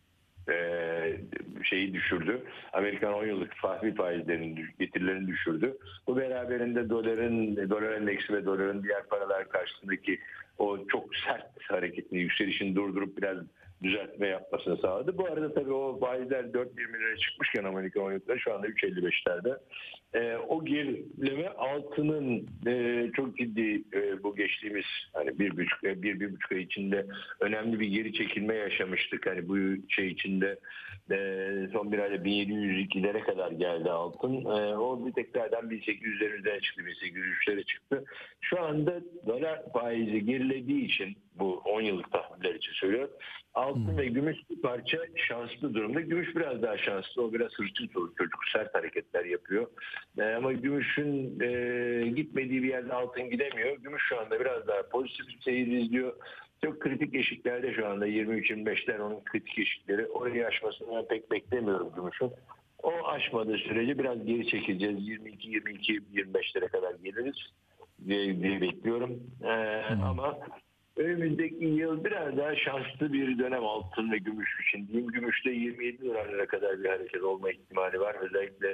S7: şeyi düşürdü. Amerikan 10 yıllık tahvil faizlerinin getirilerini düşürdü. Bu beraberinde dolar endeksi ve doların diğer paralar karşısındaki o çok sert hareketini, yükselişini durdurup biraz düzeltme yapmasını sağladı. Bu arada tabii o faizler 4.20 liraya çıkmışken Amerikan 10 yıllıkları şu anda 3.55'lerde. O gerileme altının çok ciddi bu geçtiğimiz hani bir buçuk ay içinde önemli bir geri çekilme yaşamıştık. Hani bu şey içinde son bir ayda 1702'lere kadar geldi altın. O bir tekrardan 1800'lerin üzerine çıktı, 1803'lere çıktı. Şu anda dolar faizi gerilediği için bu 10 yıllık tahviller için söylüyorum. Altın ve gümüş bir parça şanslı durumda. Gümüş biraz daha şanslı. O biraz hırçın çocuk sert hareketler yapıyor. Ama gümüşün gitmediği bir yerde altın gidemiyor. Gümüş şu anda biraz daha pozitif bir seyir izliyor. Çok kritik eşiklerde şu anda 23-25'ler onun kritik eşikleri. Orayı aşmasını ben pek beklemiyorum gümüşün. O aşmadığı sürece biraz geri çekileceğiz. 22-25'lere kadar geliriz diye bekliyorum. Ama önümüzdeki yıl biraz daha şanslı bir dönem altın ve gümüş için diyeyim. Gümüşte 27 dolarlara kadar bir hareket olma ihtimali var. Özellikle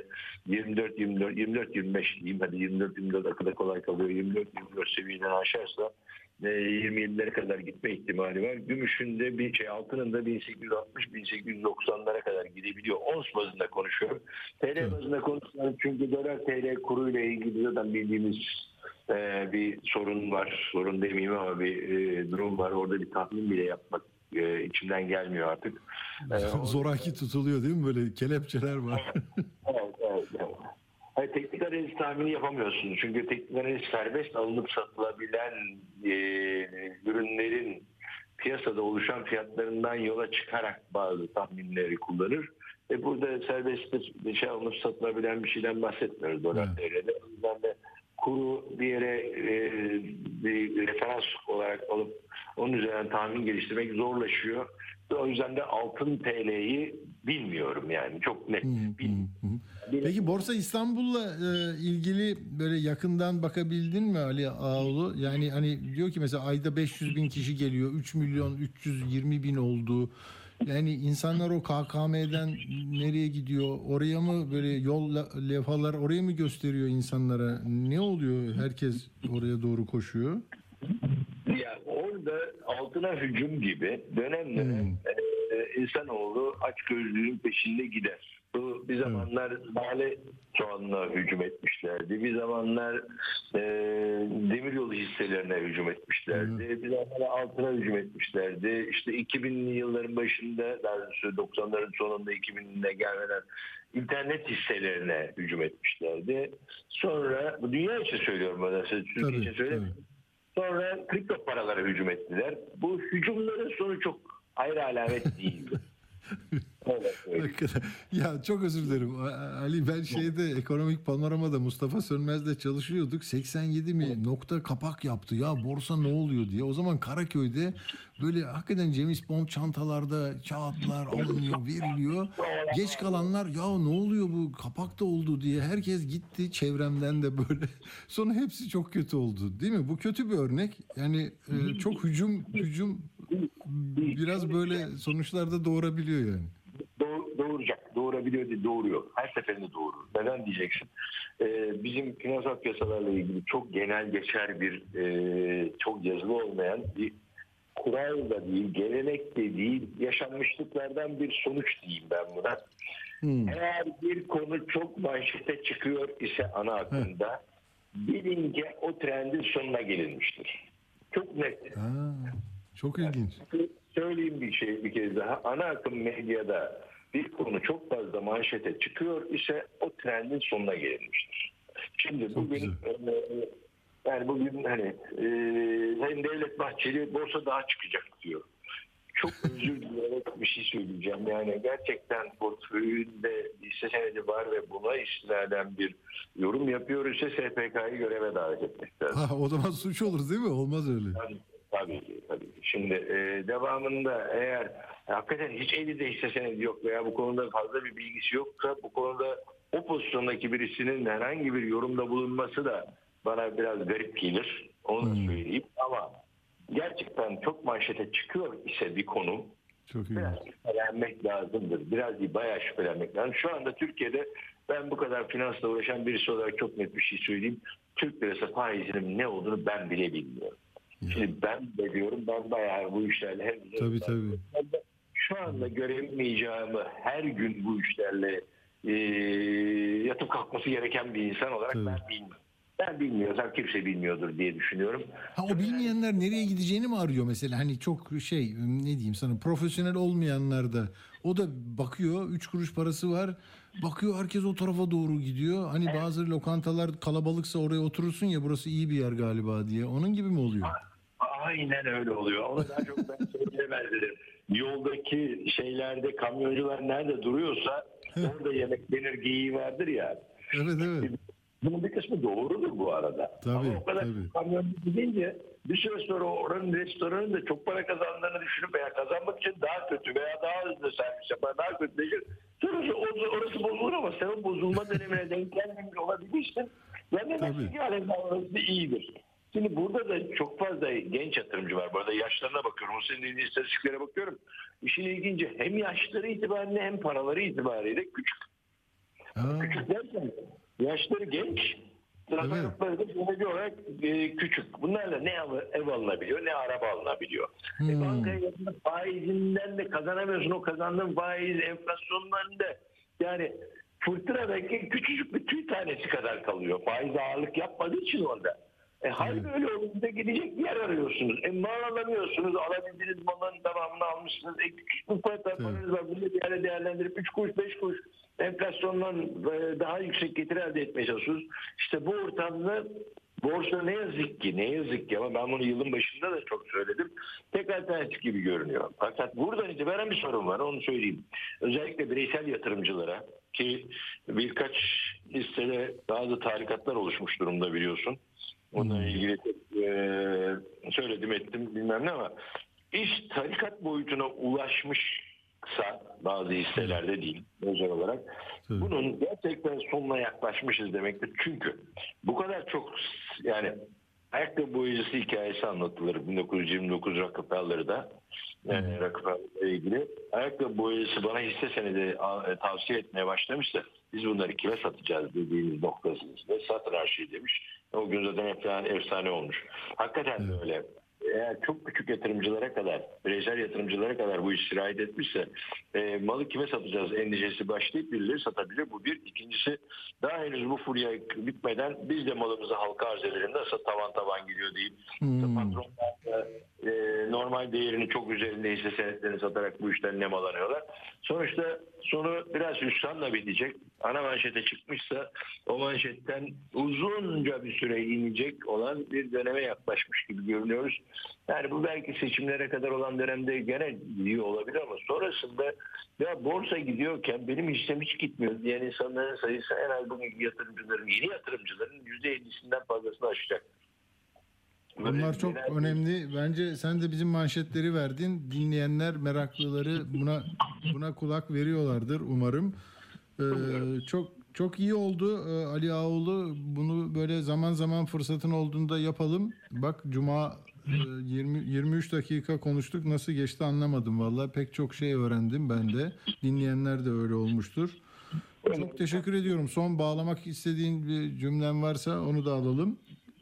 S7: 24-25 diyeyim. Hadi 24-24 akıda kolay kalıyor. 24-24 seviyeden aşarsa 27'lere kadar gitme ihtimali var. Gümüşün de altının da 1860-1890'lara kadar gidebiliyor. Ons bazında konuşuyorum. TL bazında konuşuyorum çünkü dolar TL kuruyla ilgili zaten bildiğimiz bir sorun var. Sorun demeyeyim ama bir durum var. Orada bir tahmin bile yapmak içimden gelmiyor artık.
S2: Zoraki tutuluyor değil mi? Böyle kelepçeler var.
S7: Evet. Hayır, teknik analiz tahmini yapamıyorsun. Çünkü teknik analiz serbest alınıp satılabilen ürünlerin piyasada oluşan fiyatlarından yola çıkarak bazı tahminleri kullanır. Burada serbest bir şey alınıp satılabilen bir şeyden bahsetmiyoruz dolar TL'de. O yüzden de kuru bir yere bir referans olarak alıp onun üzerinden tahmin geliştirmek zorlaşıyor. O yüzden de altın TL'yi bilmiyorum yani çok net bilmiyorum.
S2: Peki Borsa İstanbul'la ilgili böyle yakından bakabildin mi Ali Ağoğlu? Yani hani diyor ki mesela ayda 500 bin kişi geliyor, 3 milyon 320 bin oldu. Yani insanlar o KKM'den nereye gidiyor? Oraya mı böyle yol levhalar oraya mı gösteriyor insanlara? Ne oluyor? Herkes oraya doğru koşuyor.
S7: Ya orada altına hücum gibi dönem dönem insanoğlu açgözlülüğün peşinde gider. Bu bir zamanlar mahalle soğanına hücum etmişlerdi. Bir zamanlar demiryolu hisselerine hücum etmişlerdi. Bir zamanlar altına hücum etmişlerdi. İşte 2000'li yılların başında, daha doğrusu 90'ların sonunda 2000'ine gelmeden internet hisselerine hücum etmişlerdi. Sonra, bu dünya için söylüyorum ben, Türkiye için söylemiyorum. Sonra kripto paralara hücum ettiler. Bu hücumların sonu çok hayra alamet değildi.
S2: Hakikaten. Ya çok özür dilerim. Ali, ben ekonomik panoramada Mustafa Sönmez'le çalışıyorduk. 87 mi nokta kapak yaptı. Ya borsa ne oluyor diye. O zaman Karaköy'de böyle hakikaten James Bond çantalarda kağıtlar alınıyor, veriliyor. Geç kalanlar ya ne oluyor bu kapak da oldu diye herkes gitti çevremden de böyle. Sonra hepsi çok kötü oldu. Değil mi? Bu kötü bir örnek. Yani çok hücum biraz böyle sonuçlarda doğurabiliyor yani.
S7: Doğuracak. Doğurabiliyor değil, doğuruyor. Her seferinde doğurur. Neden diyeceksin? Bizim finansal piyasalarla ilgili çok genel geçer bir çok yazılı olmayan bir kural da değil, gelenek de değil, yaşanmışlıklardan bir sonuç diyeyim ben buna. Eğer bir konu çok manşete çıkıyor ise ana akımda bilince o trendin sonuna gelinmiştir. Çok net.
S2: Çok ilginç.
S7: Söyleyeyim bir kez daha. Ana akım medyada bir konu çok fazla manşete çıkıyor ise o trendin sonuna gelinmiştir. Şimdi bugün hani Sayın Devlet Bahçeli borsa daha çıkacak diyor. Çok özür dileyerek bir şey söyleyeceğim. Yani gerçekten portföyünde hisse senedi var ve buna istinaden bir yorum yapıyor ise SPK'yı göreve davet etmek lazım.
S2: O zaman suç olur değil mi? Olmaz öyle.
S7: Tabii. Şimdi devamında eğer hakikaten hiç elinde hisse senedi yok veya bu konuda fazla bir bilgisi yoksa bu konuda o pozisyondaki birisinin herhangi bir yorumda bulunması da bana biraz garip gelir. Onu da söyleyeyim ama gerçekten çok manşete çıkıyor ise bir konu biraz şüphelenmek lazımdır. Biraz değil bayağı şüphelenmek lazım. Şu anda Türkiye'de ben bu kadar finansla uğraşan birisi olarak çok net bir şey söyleyeyim. Türk lirası faizinin ne olduğunu ben bile bilmiyorum. Şimdi ben de diyorum ben bayağı bu işlerle hem
S2: tabii.
S7: Şu anda göremeyeceğimi her gün bu işlerle yatıp kalkması gereken bir insan olarak ben bilmiyorum. Ben bilmiyorsam kimse bilmiyordur diye düşünüyorum.
S2: O bilmeyenler nereye gideceğini mi arıyor mesela? Hani çok ne diyeyim sana, profesyonel olmayanlar da o da bakıyor 3 kuruş parası var. Bakıyor herkes o tarafa doğru gidiyor. Hani bazı lokantalar kalabalıksa oraya oturursun ya burası iyi bir yer galiba diye. Onun gibi mi oluyor?
S7: Aynen öyle oluyor. Ama daha çok ben söyleyemezdim. Yoldaki şeylerde kamyoncular nerede duruyorsa orada yemek denir geyiği vardır ya.
S2: Evet.
S7: Bunun bir kısmı doğrudur bu arada. Ama o kadar kamyoncu gidince bir süre sonra oranın restoranın da çok para kazandığını düşünüp veya kazanmak için daha kötü veya daha hızlı servis yapar, daha kötüleşir. Orası bozulur ama sen o bozulma dönemine denk gelmemiş olabilirsin. Yani orası iyidir. Şimdi burada da çok fazla genç yatırımcı var. Bu arada yaşlarına bakıyorum. O senin istatistiklere bakıyorum. İşin ilginci hem yaşları itibariyle hem paraları itibariyle küçük. Küçük derken yaşları genç. Tasarrufları da sonucu olarak küçük. Bunlarla ne ev alınabiliyor ne araba alınabiliyor. Bankaya yatırım faizinden de kazanamıyorsun. O kazandığın faiz enflasyondan da yani fırtınadaki küçücük bir tüy tanesi kadar kalıyor. Faiz ağırlık yapmadığı için orada. Hal böyle olunca gidecek bir yer arıyorsunuz. Mal alamıyorsunuz. Alabildiğiniz malın tamamını almışsınız. Küçük bir paranız var. Bunu bir yere değerlendirip 3 kuruş 5 kuruş enflasyondan daha yüksek getiri elde etmeye çalışıyoruz. İşte bu ortamda borsa ne yazık ki ama ben bunu yılın başında da çok söyledim. Tek alternatif gibi görünüyor. Fakat buradan itibaren bir sorun var. Onu söyleyeyim. Özellikle bireysel yatırımcılara ki birkaç listede bazı tarikatlar oluşmuş durumda biliyorsun. Onunla ilgili söyledim ettim bilmem ne ama iş tarikat boyutuna ulaşmışsa bazı hisselerde değil özel olarak bunun gerçekten sonuna yaklaşmışız demektir. Çünkü bu kadar çok yani ayakkabı boyacısı hikayesi anlatılır 1929 Rockefeller'da Rockefeller'la ilgili. Ayakkabı boyacısı bana hisse senedi tavsiye etmeye başlamışsa biz bunları kime satacağız dediğimiz noktasınız. Ve satın her şeyi demiş. O gün zaten efsane olmuş. Hakikaten de öyle. Eğer çok küçük yatırımcılara kadar, bireysel yatırımcılara kadar bu iş sirayet etmişse malı kime satacağız endişesi başlayıp birileri satabilir. Bu bir. İkincisi daha henüz bu furya bitmeden biz de malımızı halka arz edelim. Nasıl tavan gidiyor deyip patronlar da normal değerinin çok üzerinde hisse senetlerini satarak bu işten nemalanıyorlar. Sonuçta sonu biraz hüsranla bitecek. Ana manşete çıkmışsa o manşetten uzunca bir süre inecek olan bir döneme yaklaşmış gibi görünüyoruz. Yani bu belki seçimlere kadar olan dönemde gene gidiyor olabilir ama sonrasında ya borsa gidiyorken benim hissem hiç gitmiyor diyen insanların sayısı en az bugünkü yatırımcıların, yeni yatırımcıların %50'sinden fazlasını aşacak.
S2: Bunlar çok önemli. Bence sen de bizim manşetleri verdin. Dinleyenler, meraklıları buna kulak veriyorlardır umarım. Çok iyi oldu Ali Ağaoğlu. Bunu böyle zaman zaman fırsatın olduğunda yapalım. Bak Cuma 23 dakika konuştuk. Nasıl geçti anlamadım vallahi. Pek çok şey öğrendim ben de. Dinleyenler de öyle olmuştur. Çok teşekkür ediyorum. Son bağlamak istediğin bir cümlen varsa onu da alalım.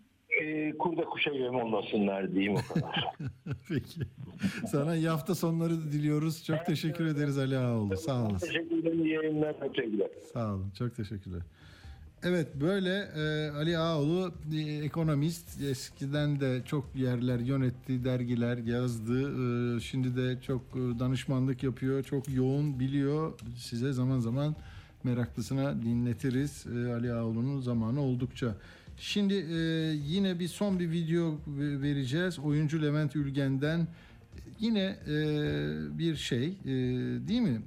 S7: Kurda kuşa yem olmasınlar diyeyim o kadar.
S2: Peki. Sana iyi hafta sonları da diliyoruz. Çok teşekkür ederiz Ali Ağaoğlu. Sağ olasın.
S7: Teşekkür ederim. İyi yayınlar. Teşekkürler.
S2: Sağ olun. Çok teşekkürler. Evet böyle Ali Ağaoğlu ekonomist. Eskiden de çok yerler yönetti, dergiler yazdı. Şimdi de çok danışmanlık yapıyor. Çok yoğun biliyor. Size zaman zaman meraklısına dinletiriz. Ali Ağaoğlu'nun zamanı oldukça. Şimdi yine son bir video vereceğiz. Oyuncu Levent Ülgen'den yine bir şey değil mi?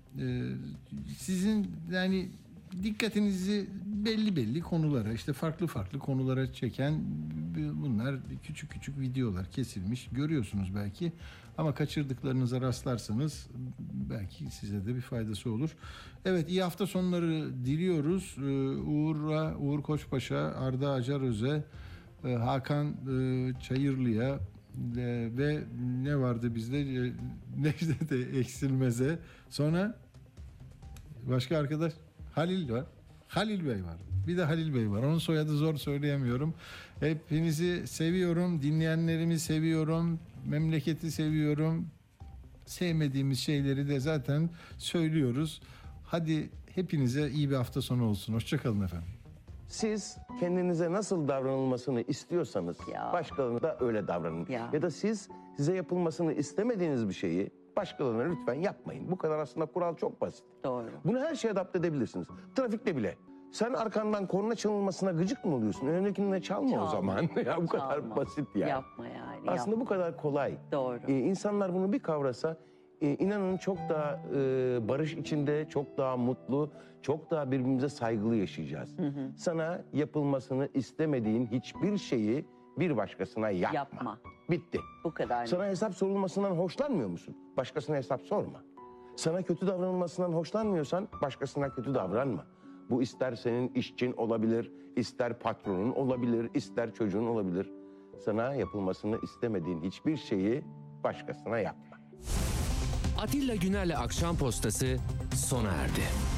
S2: Sizin yani dikkatinizi belli konulara, işte farklı konulara çeken bunlar küçük videolar kesilmiş. Görüyorsunuz belki ama kaçırdıklarınıza rastlarsanız belki size de bir faydası olur. Evet, iyi hafta sonları diliyoruz. Uğur Koçpaşa, Arda Acaröz'e, Hakan Çayırlı'ya ve ne vardı bizde? Necdet Eksilmez'e. Sonra başka arkadaş Halil var. Halil Bey var. Bir de Halil Bey var. Onun soyadı zor söyleyemiyorum. Hepinizi seviyorum. Dinleyenlerimi seviyorum. Memleketi seviyorum. Sevmediğimiz şeyleri de zaten söylüyoruz. Hadi hepinize iyi bir hafta sonu olsun. Hoşça kalın efendim.
S8: Siz kendinize nasıl davranılmasını istiyorsanız başkalarına da öyle davranın. Ya da size yapılmasını istemediğiniz bir şeyi başkalarına lütfen yapmayın. Bu kadar aslında kural çok basit.
S9: Doğru.
S8: Bunu her şeye adapte edebilirsiniz. Trafikte bile. Sen arkandan korna çalınmasına gıcık mı oluyorsun? Önündekine çalma o zaman. Ya bu kadar basit yani.
S9: Yapma yani.
S8: Aslında bu kadar kolay.
S9: Doğru.
S8: İnsanlar bunu bir kavrasa inanın çok daha barış içinde, çok daha mutlu, çok daha birbirimize saygılı yaşayacağız. Sana yapılmasını istemediğin hiçbir şeyi bir başkasına yapma. Bitti.
S9: Bu kadar.
S8: Sana hesap sorulmasından hoşlanmıyor musun? Başkasına hesap sorma. Sana kötü davranılmasından hoşlanmıyorsan başkasına kötü davranma. Bu ister senin işçin olabilir, ister patronun olabilir, ister çocuğun olabilir. Sana yapılmasını istemediğin hiçbir şeyi başkasına yapma.
S1: Atilla Güner'le Akşam Postası sona erdi.